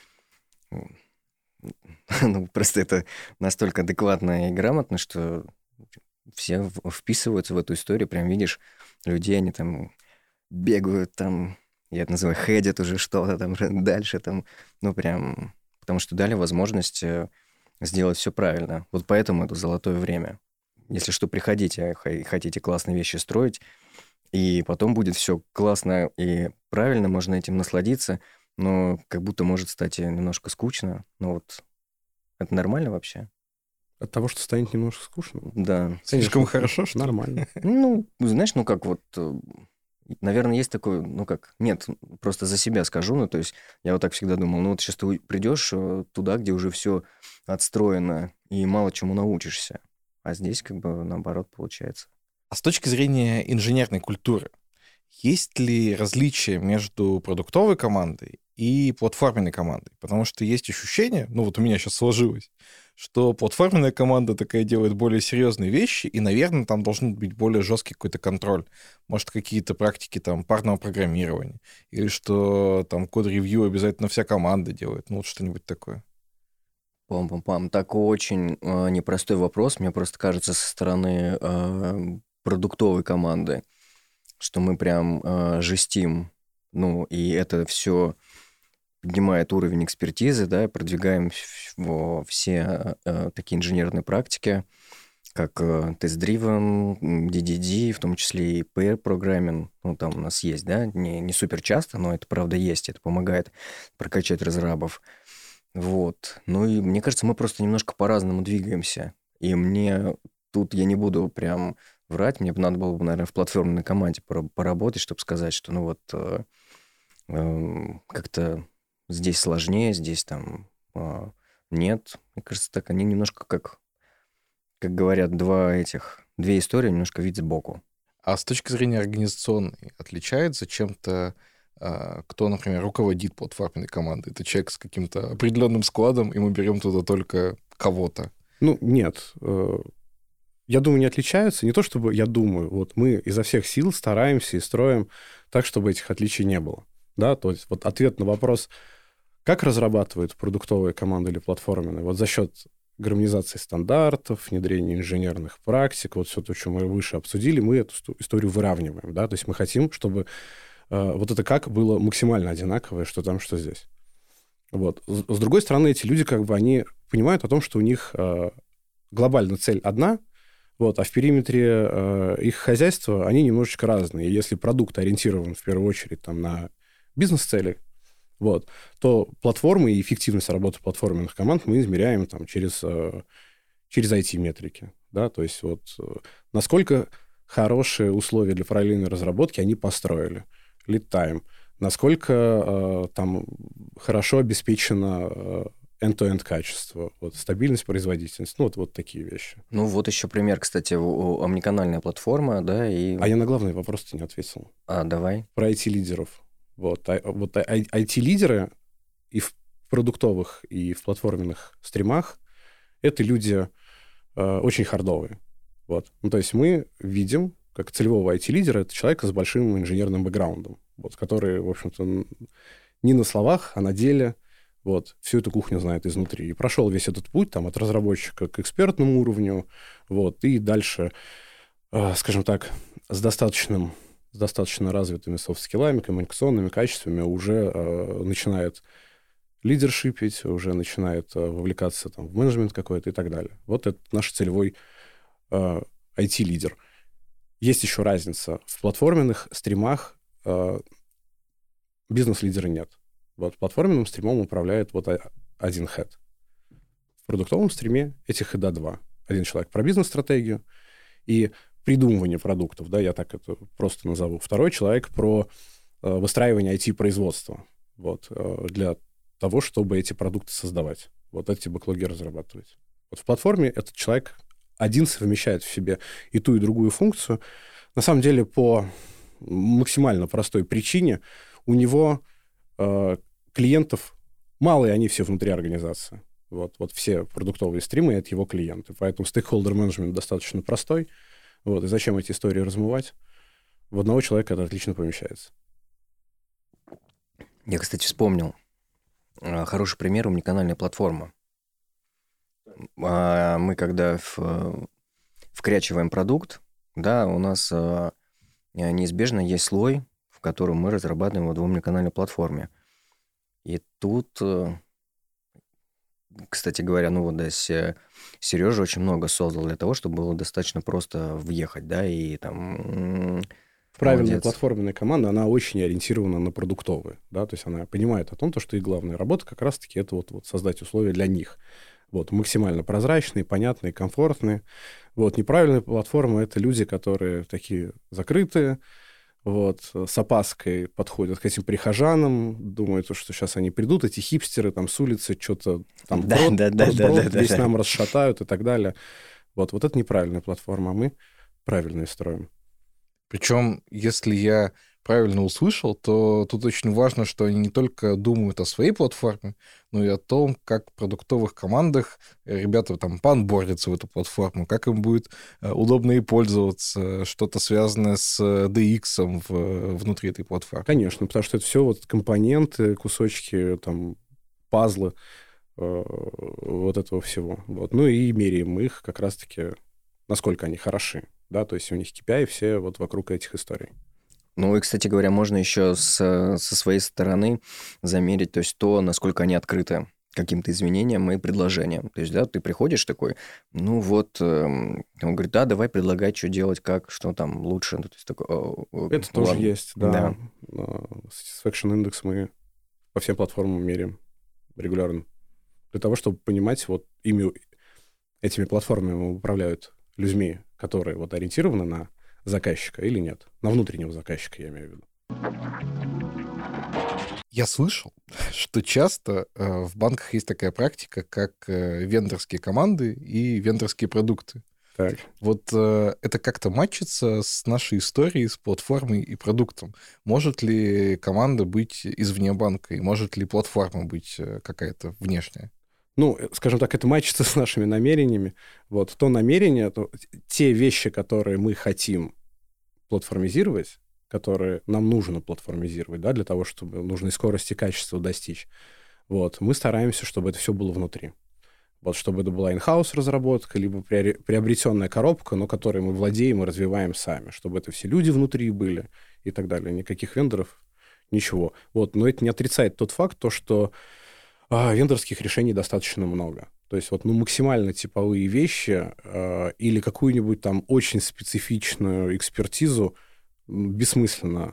Ну, просто это настолько адекватно и грамотно, что все вписываются в эту историю, прям видишь, людей, они там бегают, там, я это называю, хедят уже что-то там дальше, там, ну, прям, потому что дали возможность сделать все правильно. Вот поэтому это золотое время. Если что, приходите, хотите классные вещи строить, и потом будет все классно и правильно, можно этим насладиться, но как будто может стать немножко скучно. Но вот это нормально вообще? От того, что станет немножко скучно? Да. Слишком хорошо, что нормально. Ну, знаешь, ну как вот... Наверное, есть такое, ну как... Нет, просто за себя скажу. Ну, то есть я вот так всегда думал, ну вот сейчас ты придешь туда, где уже все отстроено, и мало чему научишься. А здесь как бы наоборот получается. А с точки зрения инженерной культуры, есть ли различия между продуктовой командой и платформенной командой. Потому что есть ощущение, ну вот у меня сейчас сложилось, что платформенная команда такая делает более серьезные вещи, и, наверное, там должен быть более жесткий какой-то контроль. Может, какие-то практики там парного программирования, или что там код-ревью обязательно вся команда делает, ну вот что-нибудь такое. Пам-пам-пам. Такой очень непростой вопрос. Мне просто кажется, со стороны продуктовой команды, что мы прям жестим, ну, и это все поднимает уровень экспертизы, да, продвигаем все такие инженерные практики, как тест-дривен, DDD, в том числе и pair-программинг. Ну, там у нас есть, да, не супер часто, но это правда есть, это помогает прокачать разрабов. Вот. Ну и мне кажется, мы просто немножко по-разному двигаемся. И мне тут я не буду прям врать, мне бы надо было бы, наверное, в платформенной команде поработать, чтобы сказать, что ну вот как-то здесь сложнее, здесь там нет. Мне кажется, так они немножко как говорят, две истории немножко вид сбоку. А с точки зрения организационной отличается чем-то, кто, например, руководит платформенной командой? Это человек с каким-то определенным складом, и мы берем туда только кого-то? Ну, нет. Я думаю, не отличаются. Не то чтобы я думаю. Вот мы изо всех сил стараемся и строим так, чтобы этих отличий не было. Да? То есть вот ответ на вопрос, как разрабатывают продуктовые команды или платформенные, вот за счет гармонизации стандартов, внедрения инженерных практик, вот все то, что мы выше обсудили, мы эту историю выравниваем. Да? То есть мы хотим, чтобы вот это как было максимально одинаковое, что там, что здесь. Вот. С другой стороны, эти люди, как бы, они понимают о том, что у них глобальная цель одна, вот, а в периметре их хозяйства они немножечко разные. И если продукт ориентирован в первую очередь там, на бизнес-цели, вот, то платформы и эффективность работы платформенных команд мы измеряем там, через IT-метрики. Да? То есть вот, насколько хорошие условия для параллельной разработки они построили. Lead time. Насколько там хорошо обеспечено end-to-end качество, вот, стабильность, производительность, ну, вот такие вещи. Ну, вот еще пример, кстати, омниканальная платформа, да, и... А я на главный вопрос не ответил. Давай. Про IT-лидеров. Вот IT-лидеры и в продуктовых, и в платформенных стримах это люди очень хардовые. Вот. Ну, то есть мы видим, как целевого IT-лидера, это человек с большим инженерным бэкграундом, вот, который, в общем-то, не на словах, а на деле вот, всю эту кухню знает изнутри. И прошел весь этот путь там, от разработчика к экспертному уровню, вот, и дальше, скажем так, с достаточно развитыми софт-скиллами, коммуникационными качествами уже начинает лидершипить, уже начинает вовлекаться там, в менеджмент какой-то и так далее. Вот это наш целевой IT-лидер. Есть еще разница. В платформенных стримах бизнес-лидера нет. Вот платформенным стримом управляет вот один хед. В продуктовом стриме этих хеда два. Один человек про бизнес-стратегию и придумывание продуктов, да, я так это просто назову. Второй человек про выстраивание IT-производства, вот, для того, чтобы эти продукты создавать. Вот эти бэклоги разрабатывать. Вот в платформе этот человек один совмещает в себе и ту, и другую функцию. На самом деле, по максимально простой причине у него клиентов мало, и они все внутри организации. Вот все продуктовые стримы — это его клиенты. Поэтому стейкхолдер-менеджмент достаточно простой. Вот, и зачем эти истории размывать? В одного человека это отлично помещается. Я, кстати, вспомнил. Хороший пример — омниканальная платформа. Мы когда вкрячиваем продукт, да, у нас неизбежно есть слой, в котором мы разрабатываем в омниканальной платформе. И тут, кстати говоря, ну вот, да, Сережа очень много создал для того, чтобы было достаточно просто въехать, да, и там... Правильная платформенная команда, она очень ориентирована на продуктовые, да, то есть она понимает о том, что их главная работа как раз-таки это вот создать условия для них. Вот, максимально прозрачные, понятные, комфортные. Вот, неправильная платформа — это люди, которые такие закрытые, вот, с опаской подходят к этим прихожанам, думают, что сейчас они придут, эти хипстеры там с улицы, что-то там весь нам расшатают и так далее. Вот это неправильная платформа, а мы правильные строим. Причем, если я правильно услышал, то тут очень важно, что они не только думают о своей платформе, но и о том, как в продуктовых командах ребята там поонбордятся в эту платформу, как им будет удобно ей пользоваться, что-то связанное с DX внутри этой платформы. Конечно, потому что это все вот компоненты, кусочки, там, пазлы вот этого всего. Вот. Ну и меряем мы их как раз-таки, насколько они хороши. Да, то есть у них KPI все вот вокруг этих историй. Ну и, кстати говоря, можно еще со своей стороны замерить, то есть то, насколько они открыты каким-то изменениям и предложениям. То есть, да, ты приходишь такой, ну вот, он говорит, да, давай предлагай, что делать, как, что там лучше. То есть, такой, это тоже есть, да. Satisfaction Index мы по всем платформам меряем регулярно. Для того, чтобы понимать, вот этими платформами управляют людьми, которые вот ориентированы на заказчика или нет. На внутреннего заказчика, я имею в виду. Я слышал, что часто в банках есть такая практика, как вендорские команды и вендорские продукты. Так. Вот это как-то матчится с нашей историей, с платформой и продуктом. Может ли команда быть извне банка, и может ли платформа быть какая-то внешняя? Ну, скажем так, это матчится с нашими намерениями. Вот то намерение, те вещи, которые мы хотим платформизировать, которые нам нужно платформизировать, да, для того, чтобы нужной скорости и качества достичь. Вот, мы стараемся, чтобы это все было внутри. Вот, чтобы это была in-house разработка, либо приобретенная коробка, но которой мы владеем и развиваем сами, чтобы это все люди внутри были и так далее. Никаких вендоров, ничего. Вот, но это не отрицает тот факт, что вендорских решений достаточно много. То есть вот максимально типовые вещи или какую-нибудь там очень специфичную экспертизу бессмысленно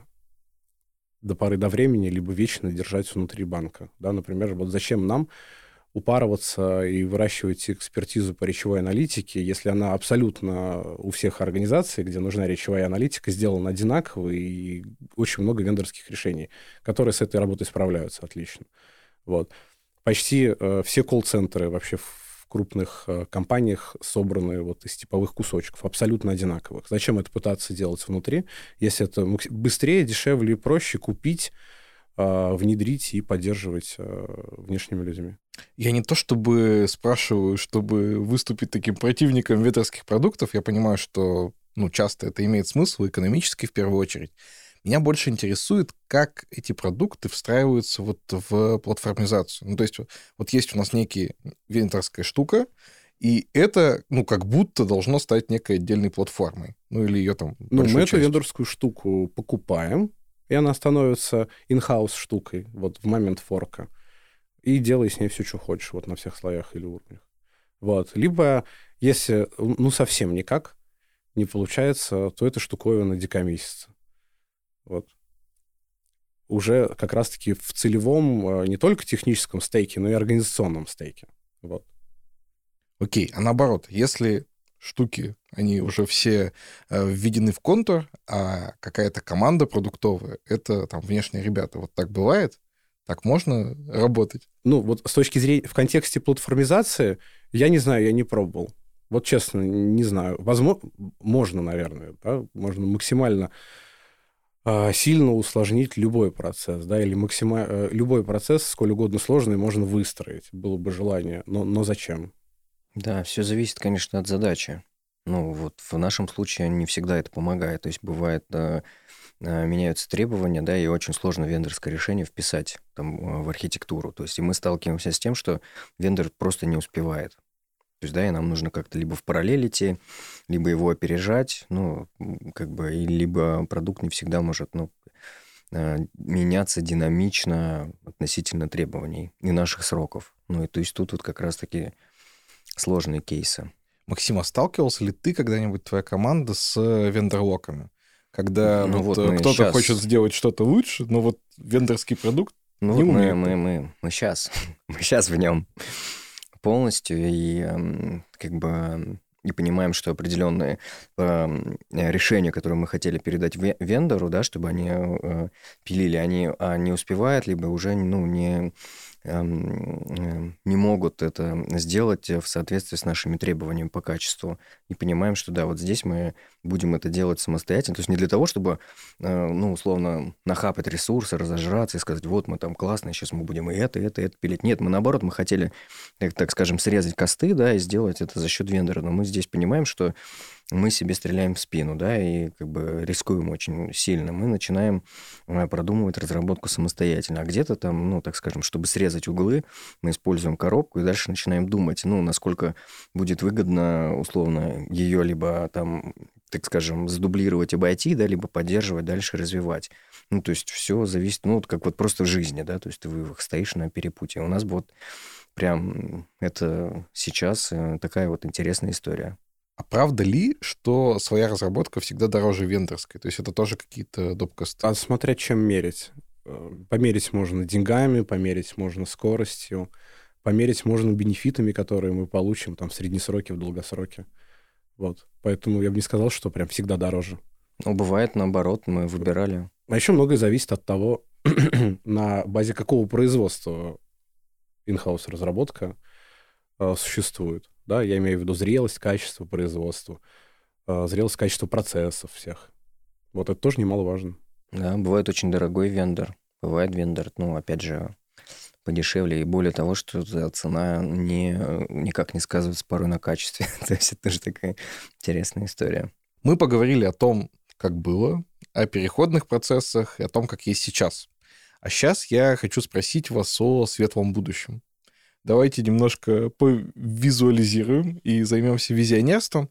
до поры до времени либо вечно держать внутри банка. Да, например, вот зачем нам упарываться и выращивать экспертизу по речевой аналитике, если она абсолютно у всех организаций, где нужна речевая аналитика, сделана одинаково, и очень много вендорских решений, которые с этой работой справляются отлично. Вот. Почти все колл-центры вообще в крупных компаниях собраны вот из типовых кусочков, абсолютно одинаковых. Зачем это пытаться делать внутри, если это быстрее, дешевле и проще купить, внедрить и поддерживать внешними людьми? Я не то чтобы спрашиваю, чтобы выступить таким противником вендорских продуктов. Я понимаю, что часто это имеет смысл, экономически в первую очередь. Меня больше интересует, как эти продукты встраиваются вот в платформизацию. То есть вот есть у нас некая вендорская штука, и это, как будто должно стать некой отдельной платформой. Или ее там мы эту вендорскую штуку покупаем, и она становится in-house штукой вот в момент форка. И делай с ней все, что хочешь, вот на всех слоях или уровнях. Вот. Либо, если совсем никак не получается, то эта штуковина декомиссится. Вот. Уже как раз-таки в целевом не только техническом стейке, но и организационном стейке. Вот. Окей, а наоборот, если штуки, они уже все введены в контур, а какая-то команда продуктовая, это там внешние ребята, вот так бывает? Так можно работать? Вот с точки зрения, в контексте платформизации, я не знаю, я не пробовал. Вот честно, не знаю. Возможно, можно, наверное, да? Можно максимально сильно усложнить любой процесс, да, или любой процесс, сколь угодно сложный, можно выстроить, было бы желание. Но зачем? Да, все зависит, конечно, от задачи. Вот в нашем случае не всегда это помогает. То есть бывает, меняются требования, да, и очень сложно вендорское решение вписать там в архитектуру. То есть и мы сталкиваемся с тем, что вендор просто не успевает. То есть, да, и нам нужно как-то либо в параллель идти, либо его опережать, и либо продукт не всегда может, меняться динамично относительно требований и наших сроков. И то есть тут вот как раз-таки сложные кейсы. Максим, а сталкивался ли ты когда-нибудь, твоя команда, с вендор-локами? Когда кто-то хочет сделать что-то лучше, но вот вендорский продукт не умеет. Мы сейчас в нем полностью и и понимаем, что определенные решения, которые мы хотели передать вендору, да, чтобы они пилили, они не успевают, либо уже не могут это сделать в соответствии с нашими требованиями по качеству. И понимаем, что да, вот здесь мы будем это делать самостоятельно. То есть не для того, чтобы, условно, нахапать ресурсы, разожраться и сказать, вот мы там классные, сейчас мы будем и это пилить. Нет, мы наоборот, мы хотели, так скажем, срезать косты, да, и сделать это за счет вендора. Но мы здесь понимаем, что мы себе стреляем в спину, да, и как бы рискуем очень сильно. Мы начинаем продумывать разработку самостоятельно. А где-то там, так скажем, чтобы срезать углы, мы используем коробку и дальше начинаем думать, насколько будет выгодно, условно, ее либо там, так скажем, задублировать, обойти, да, либо поддерживать, дальше развивать. То есть все зависит, как вот просто в жизни, да, то есть ты стоишь на перепутье. У нас вот прям это сейчас такая вот интересная история. А правда ли, что своя разработка всегда дороже вендорской? То есть это тоже какие-то доп-косты? А смотря чем мерить. Померить можно деньгами, померить можно скоростью, померить можно бенефитами, которые мы получим там в среднесроке, в долгосроке. Вот. Поэтому я бы не сказал, что прям всегда дороже. Бывает наоборот, мы выбирали. А еще многое зависит от того, на базе какого производства in-house разработка существует. Да, я имею в виду зрелость, качество производства, зрелость, качество процессов всех. Вот это тоже немаловажно. Да, бывает очень дорогой вендор. Бывает вендор, опять же, подешевле. И более того, что цена никак не сказывается порой на качестве. То есть это тоже такая интересная история. Мы поговорили о том, как было, о переходных процессах и о том, как есть сейчас. А сейчас я хочу спросить вас о светлом будущем. Давайте немножко повизуализируем и займемся визионерством.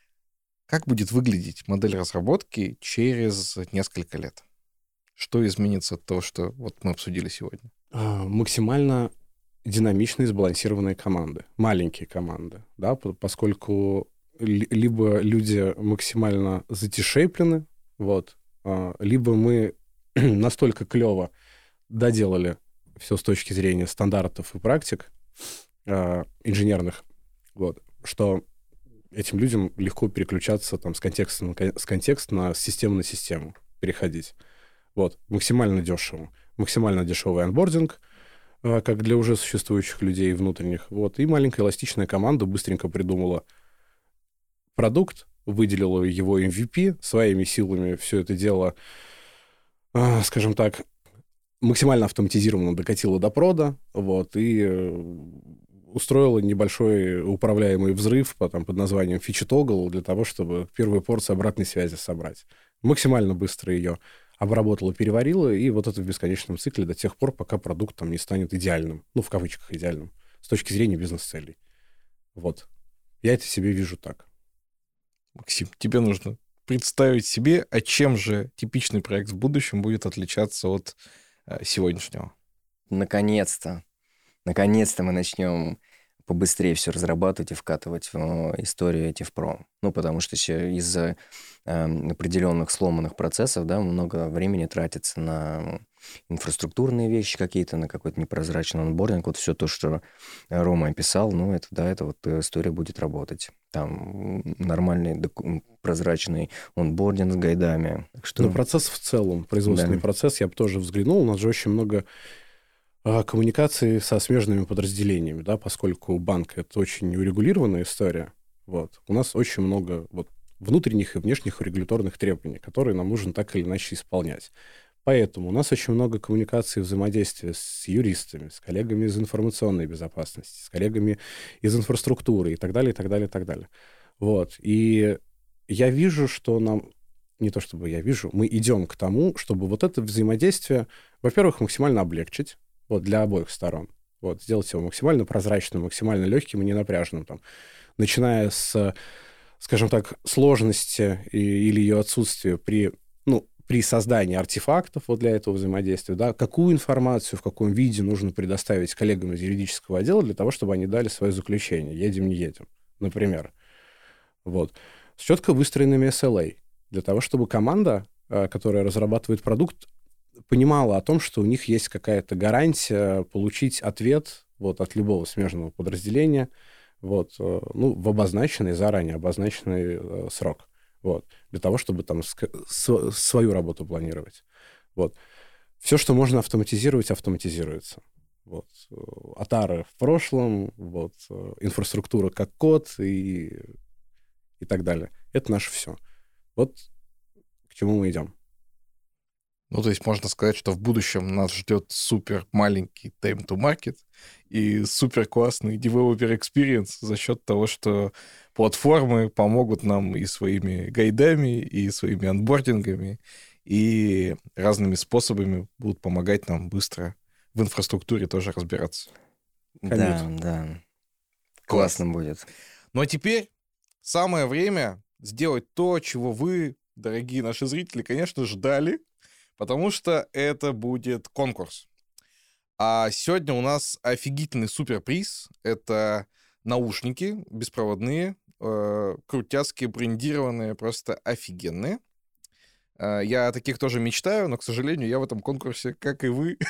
Как будет выглядеть модель разработки через несколько лет? Что изменится от того, что вот мы обсудили сегодня? Максимально динамичные, сбалансированные команды. Маленькие команды, да, поскольку либо люди максимально затишейплены, вот, либо мы настолько клево доделали все с точки зрения стандартов и практик инженерных, вот, что этим людям легко переключаться там, с контекста на систему на систему, переходить. Вот, максимально дешево. Максимально дешевый онбординг, как для уже существующих людей внутренних. Вот, и маленькая эластичная команда быстренько придумала продукт, выделила его MVP, своими силами все это дело, скажем так, максимально автоматизированно докатила до прода, вот, и устроила небольшой управляемый взрыв под названием фичи-тогл для того, чтобы первую порцию обратной связи собрать. Максимально быстро ее обработала, переварила, и вот это в бесконечном цикле до тех пор, пока продукт там не станет идеальным, в кавычках идеальным, с точки зрения бизнес-целей. Вот. Я это себе вижу так. Максим, тебе нужно представить себе, а чем же типичный проект в будущем будет отличаться от сегодняшнего. Наконец-то мы начнем побыстрее все разрабатывать и вкатывать в историю эти в пром. Потому что из-за определенных сломанных процессов, да, много времени тратится на инфраструктурные вещи какие-то, на какой-то непрозрачный онбординг. Вот все то, что Рома описал, это вот история будет работать. Там нормальный прозрачный онбординг с гайдами. Процесс в целом, производственный процесс, я бы тоже взглянул. У нас же очень много коммуникации со смежными подразделениями, да, поскольку банк — это очень неурегулированная история. Вот. У нас очень много внутренних и внешних регуляторных требований, которые нам нужно так или иначе исполнять. Поэтому у нас очень много коммуникации и взаимодействия с юристами, с коллегами из информационной безопасности, с коллегами из инфраструктуры и так далее, и так далее, и так далее. Вот. И я вижу, что не то чтобы я вижу, мы идем к тому, чтобы вот это взаимодействие, во-первых, максимально облегчить, для обоих сторон. Сделать его максимально прозрачным, максимально легким и ненапряженным. Начиная с, скажем так, сложности или ее отсутствия при создании артефактов для этого взаимодействия, да, какую информацию, в каком виде нужно предоставить коллегам из юридического отдела для того, чтобы они дали свое заключение. Едем, не едем, например. С четко выстроенными SLA. Для того, чтобы команда, которая разрабатывает продукт, понимала о том, что у них есть какая-то гарантия получить ответ от любого смежного подразделения в обозначенный, заранее обозначенный срок. Для того, чтобы там свою работу планировать. Все, что можно автоматизировать, автоматизируется. Атары в прошлом, инфраструктура как код и так далее. Это наше все. Вот к чему мы идем. Ну, то есть можно сказать, что в будущем нас ждет супер маленький time to market и супер классный developer experience за счет того, что платформы помогут нам и своими гайдами, и своими анбордингами, и разными способами будут помогать нам быстро в инфраструктуре тоже разбираться. Да. Классно будет. Ну, а теперь самое время сделать то, чего вы, дорогие наши зрители, конечно, ждали, потому что это будет конкурс. А сегодня у нас офигительный суперприз. Это наушники беспроводные, крутяцкие, брендированные, просто офигенные. Я о таких тоже мечтаю, но, к сожалению, я в этом конкурсе, как и вы,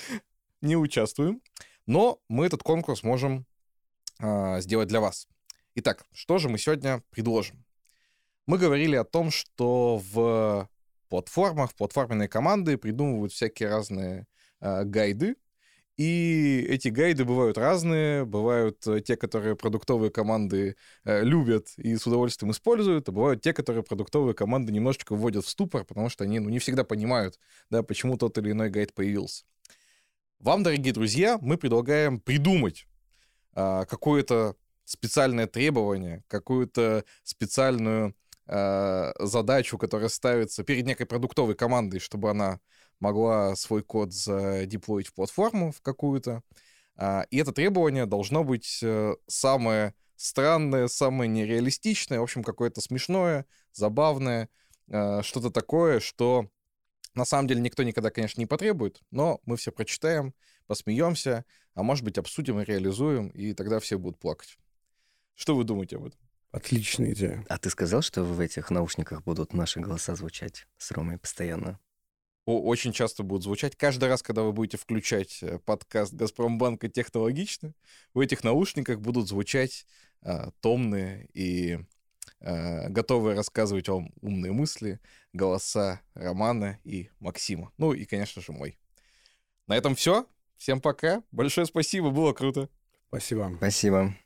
не участвую. Но мы этот конкурс можем сделать для вас. Итак, что же мы сегодня предложим? Мы говорили о том, что в платформах, платформенные команды придумывают всякие разные гайды, и эти гайды бывают разные, бывают те, которые продуктовые команды любят и с удовольствием используют, а бывают те, которые продуктовые команды немножечко вводят в ступор, потому что они не всегда понимают, да, почему тот или иной гайд появился. Вам, дорогие друзья, мы предлагаем придумать какое-то специальное требование, какую-то специальную задачу, которая ставится перед некой продуктовой командой, чтобы она могла свой код задеплоить в платформу в какую-то. И это требование должно быть самое странное, самое нереалистичное, в общем, какое-то смешное, забавное, что-то такое, что на самом деле никто никогда, конечно, не потребует, но мы все прочитаем, посмеемся, а может быть, обсудим и реализуем, и тогда все будут плакать. Что вы думаете об этом? Отличная идея. А ты сказал, что в этих наушниках будут наши голоса звучать с Ромой постоянно? Очень часто будут звучать. Каждый раз, когда вы будете включать подкаст «Газпромбанка технологично», в этих наушниках будут звучать томные и готовые рассказывать вам умные мысли голоса Романа и Максима. Ну и, конечно же, мой. На этом все. Всем пока. Большое спасибо, было круто. Спасибо. Спасибо.